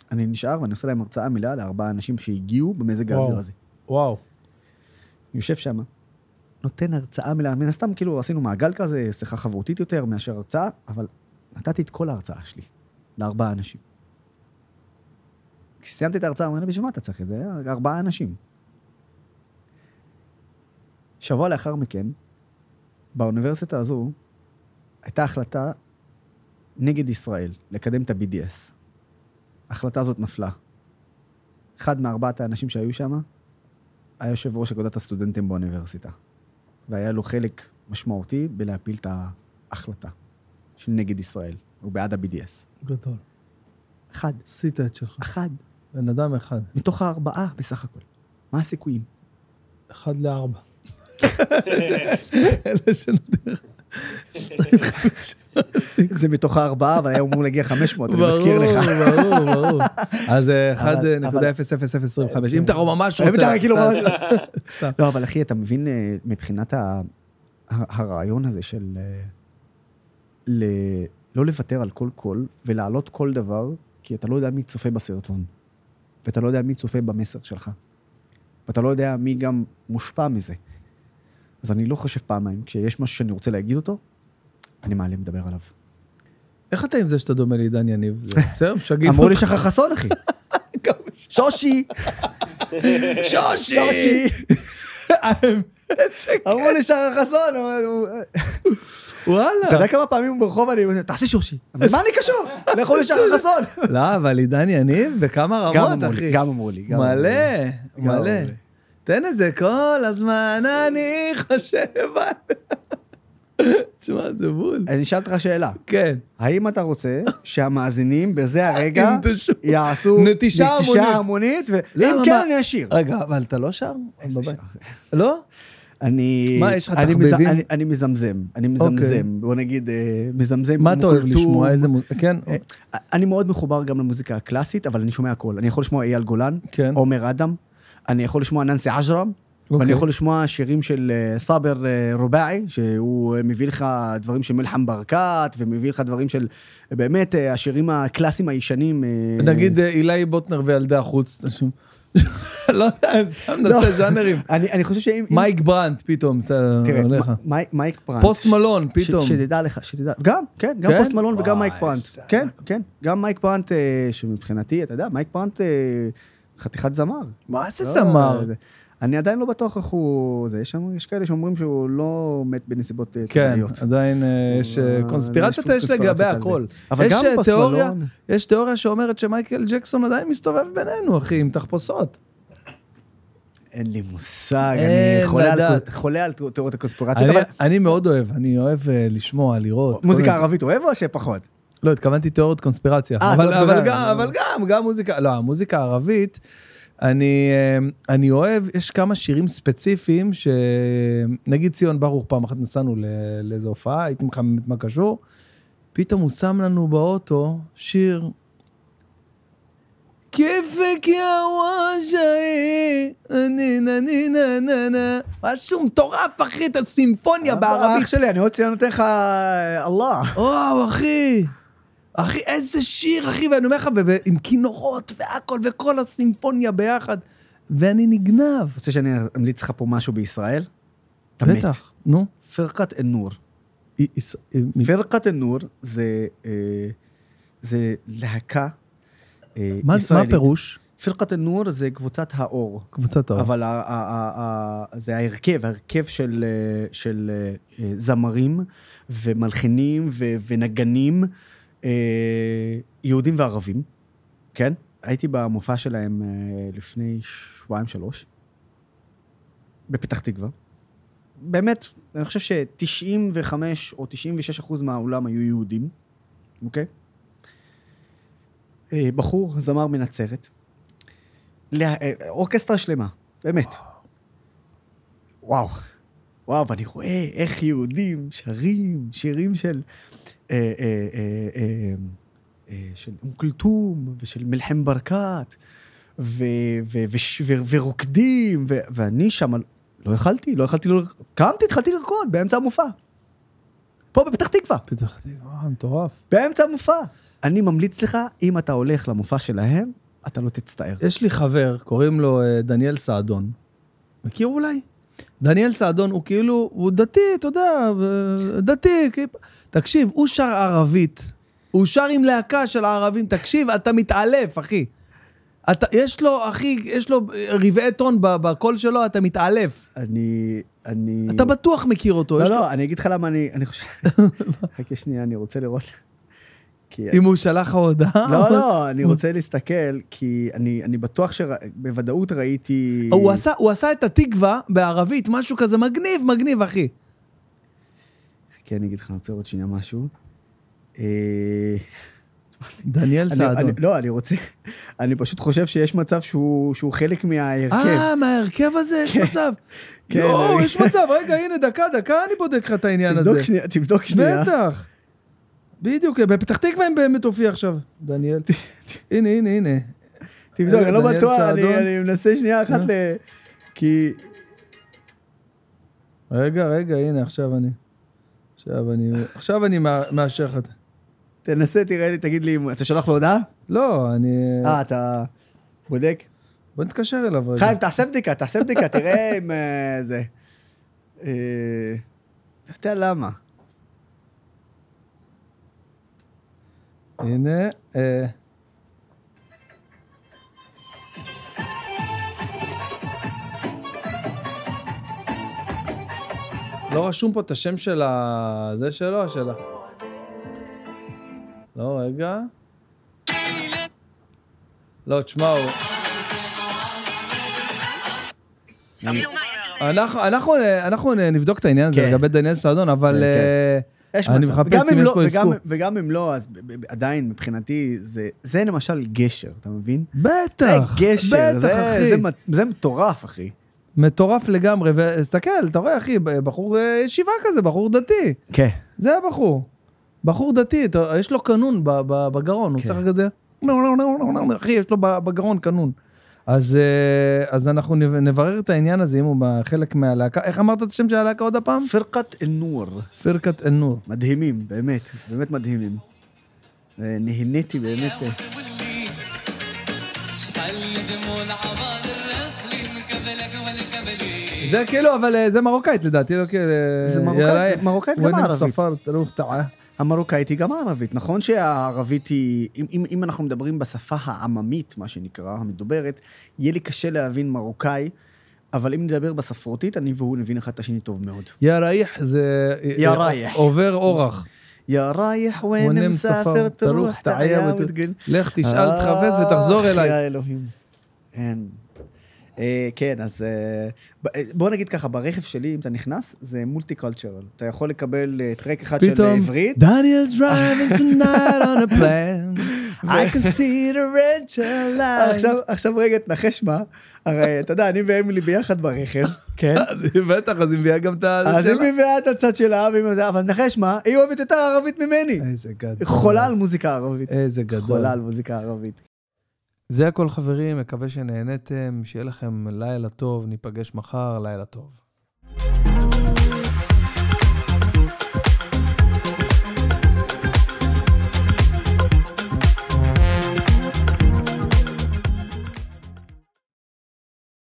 אני נשאר ואני עושה להם הרצאה מלאה ל4 אנשים שהגיעו במזג האוויר הזה.
וואו.
אני יושב שם, נותן הרצאה מלאה, מן הסתם כאילו עשינו מעגל כזה, שיחה חברותית יותר מאשר הרצאה, אבל נתתי את כל ההרצאה שלי ל4 אנשים. כשסיימתי את ההרצאה, אמרתי, בשביל מה אתה צריך את זה? 4 אנשים. שבוע לאחר מכן, באוניברסיטה הזו, הייתה החלטה נגד ישראל, לקדם את ה-BDS. ההחלטה הזאת נפלה. אחד מ4 האנשים שהיו שם, היה יושב ראש אגודת הסטודנטים באוניברסיטה. והיה לו חלק משמעותי בלהפיל את ההחלטה של נגד ישראל, הוא בעד ה-BDS.
גדול.
אחד.
עשית את שלך.
אחד.
בן אדם אחד.
מתוך 4 בסך הכל. מה הסיכויים?
1-4. אלה שנותר. 25.
זה מתוך 4, אבל היה אמור להגיע 500, אני מזכיר לך.
ברור. אז 1.0025. אם אתה ממש רוצה...
לא, אבל אחי, אתה מבין מבחינת הרעיון הזה של לא לוותר על כל קול, ולהעלות כל דבר, כי אתה לא יודע מי צופה בסרטון, ואתה לא יודע מי צופה במסר שלך, ואתה לא יודע מי גם מושפע מזה. אז אני לא חושב פעמיים, כשיש משהו שאני רוצה להגיד אותו, אני מעלה מדבר עליו.
איך אתה עם זה שאתה דומה לעידן יניב? בסדר, משגעים.
אמרו לי שחר חסון, אחי. שושי! שושי! אמרו לי שחר חסון.
וואלה.
אתה יודע כמה פעמים ברחוב אני אומר, תעשי שושי. אבל מה אני קשור? לכו לשחר חסון.
לא, אבל עידן יניב בכמה רמות, אחי.
גם אמרו לי.
מלא. תן את זה כל הזמן, אני חושב על... תשמע, זה בול.
אני אשאל אותך שאלה.
כן.
האם אתה רוצה שהמאזינים בזה הרגע יעשו נטישה המונית, ואם כן אני אשיר.
רגע, אבל אתה לא שר? לא? מה, יש לך תחביבים?
אני מזמזם. בוא נגיד, מזמזם.
מה אתה אוהב לשמוע? איזה מוזיקה? כן.
אני מאוד מחובר גם למוזיקה הקלאסית, אבל אני שומע הכל. אני יכול לשמוע אייל גולן, עומר אדם, אני יכול לשמוע ננסי עג'רם, ואני יכול לשמוע שירים של סאבר רובעי, שהוא מביא לך דברים של מלחם ברקת, ומביא לך דברים של, באמת, השירים הקלאסיים הישנים.
נגיד אילי בוטנר וילדי החוץ, לא יודע, סתם נעשה ז'אנרים.
אני חושב שאם...
מייק ברנט, פתאום, אתה הולך.
מייק ברנט.
פוסט מלון, פתאום.
שתדע לך, גם, כן, גם פוסט מלון וגם מייק ברנט. כן, כן, גם מייק ברנט, שמבחינתי, אתה יודע, מייק ברנט חתיכת זמר.
מה זה זמר?
אני עדיין לא בטוח איך הוא... יש כאלה שאומרים שהוא לא מת בנסיבות טבעיות.
כן, עדיין יש קונספירציות, יש לגבי הכל. אבל גם פוסט מלון. יש תיאוריה שאומרת שמייקל ג'קסון עדיין מסתובב בינינו, אחי, עם תחפושות.
אין לי מושג, אני חולה על תיאוריות הקונספירציות.
אני מאוד אוהב, אני אוהב לשמוע, לראות.
מוזיקה ערבית אוהב או שפחות?
לא, התכוונתי תיאוריות קונספירציה. אבל גם מוזיקה, לא, המוזיקה הערבית, אני אוהב, יש כמה שירים ספציפיים, נגיד ציון ברוך, פעם אחת נסענו לאיזו הופעה, הייתי מחמם את מה קשור, פתאום הוא שם לנו באוטו שיר, כיפק יא וואג'אי, ננה, משהו מטורף, אחי, את הסימפוניה בערבית.
אח שלי, אני עוד נותן לך אללה.
וואו, אחי, איזה שיר, אחי, ואני אומר לך, ועם כינורות והכל, וכל הסימפוניה ביחד, ואני נגנב.
רוצה שאני אמליץ לך פה משהו בישראל?
בטח, נו.
פרקת אל-נור. פרקת אל-נור זה להקה ישראלית.
מה הפירוש?
פרקת אל-נור זה קבוצת האור.
קבוצת האור.
אבל זה ההרכב של זמרים ומלחינים ונגנים, יהודים וערבים, כן? הייתי במופע שלהם לפני 2-3, בפתח תקווה. באמת, אני חושב ש95 או 96% מהעולם היו יהודים, אוקיי? בחור, זמר מנצרת, אורקסטרה שלמה, באמת. וואו, ואני רואה איך יהודים שרים, שירים של כולתום ושל מלחם ברקת ורוקדים, ואני שם לא יכלתי, קמתי, התחלתי לרקוד באמצע המופע. פה בפתח תקווה.
פתח תקווה, מטורף.
באמצע המופע. אני ממליץ לך, אם אתה הולך למופע שלהם, אתה לא תצטער.
יש לי חבר, קוראים לו דניאל סעדון. מכיר אולי? דניאל סעדון הוא כאילו, הוא דתי, אתה יודע, דתי. תקשיב, הוא שר ערבית. הוא שר עם להקה של הערבים. תקשיב, אתה מתעלף, אחי. יש לו, אחי, יש לו רבעי טון בקול שלו, אתה מתעלף. אתה בטוח מכיר אותו.
לא, אני אגיד לך למה אני חושב... חכה שנייה, אני רוצה לראות...
אם הוא שלח הודעה?
לא, אני רוצה להסתכל, כי אני בטוח שבוודאות ראיתי...
הוא עשה את התקווה בערבית, משהו כזה מגניב, אחי.
כן, אני אגיד לך, אני רוצה לראות שנייה משהו.
דניאל סעדון.
לא, אני פשוט חושב שיש מצב שהוא חלק מההרכב.
מההרכב הזה יש מצב. יואו, יש מצב, רגע, הנה, דקה, אני בודק לך את העניין הזה.
תבדוק שנייה.
בטח. בדיוק, בפתח תקווה הם באמת הופיע עכשיו, דניאל. הנה.
תבדוק, אני לא בטוח, אני מנסה שנייה אחת כי...
רגע, הנה, עכשיו אני מאשר לך.
תנסה, תראה לי, תגיד לי, אתה שלח לו הודעה?
לא, אני...
אתה בודק?
בוא נתקשר אליו רגע.
חיים, תעשה בדיקה, תראה אם זה... לא יודע למה.
הנה, לא רשום פה את השם של זה שלו, שלה. לא, רגע. לא, תשמעו. אנחנו נבדוק את העניין הזה לגבי דניאל סעדון, אבל אני מחפש אם יש פה עסקו.
וגם אם לא, אז עדיין מבחינתי זה למשל גשר, אתה מבין?
בטח,
זה גשר,
בטח, אחי.
זה מטורף, אחי.
מטורף לגמרי, וסתכל, אתה רואה, אחי, בחור ישיבה כזה, בחור דתי.
כן.
זה הבחור. בחור דתי, יש לו קנון בגרון, הוא צריך כזה, אחי, יש לו בגרון קנון. אז אנחנו נברר את העניין הזה, אם הוא בחלק מהלהקה. איך אמרת את השם של הלהקה עוד הפעם?
פרקת אל-נור.
פרקת אל-נור.
מדהימים, באמת מדהימים. נהניתי באמת.
זה כאילו, אבל זה מרוקאית לדעתי, לא כאילו...
זה מרוקאית גם ערבית. המרוקאית היא גם ערבית. נכון שהערבית היא, אם אנחנו מדברים בשפה העממית, מה שנקרא, המדוברת, יהיה לי קשה להבין מרוקאי, אבל אם נדבר בספרותית, אני והוא נבין אחד את השני טוב מאוד.
יא רייח זה...
יא רייח.
עובר אורח.
יא רייח ון מספר תרוח תעיה ותגן.
לך תשאל, תחפש ותחזור אליי.
יא אלוהים. כן, אז בוא נגיד ככה, ברכב שלי, אם אתה נכנס, זה מולטי-קולטורל. אתה יכול לקבל טרק אחד של עברית.
Daniel's driving tonight on a plan. I can see the red shell lights.
עכשיו רגע, תנחש מה. הרי, אתה יודע, אני ואמילי ביחד ברכב. כן.
בטח, אז היא מביאה גם את הצד שלה.
אז היא מביאה את הצד שלה, אבל תנחש מה, היא אוהבת יותר ערבית ממני.
איזה גדול.
חולה על מוזיקה ערבית.
איזה גדול.
חולה על מוזיקה ערבית.
זה הכל חברים, מקווה שנהנתם, שיהיה לכם לילה טוב, ניפגש מחר, לילה טוב.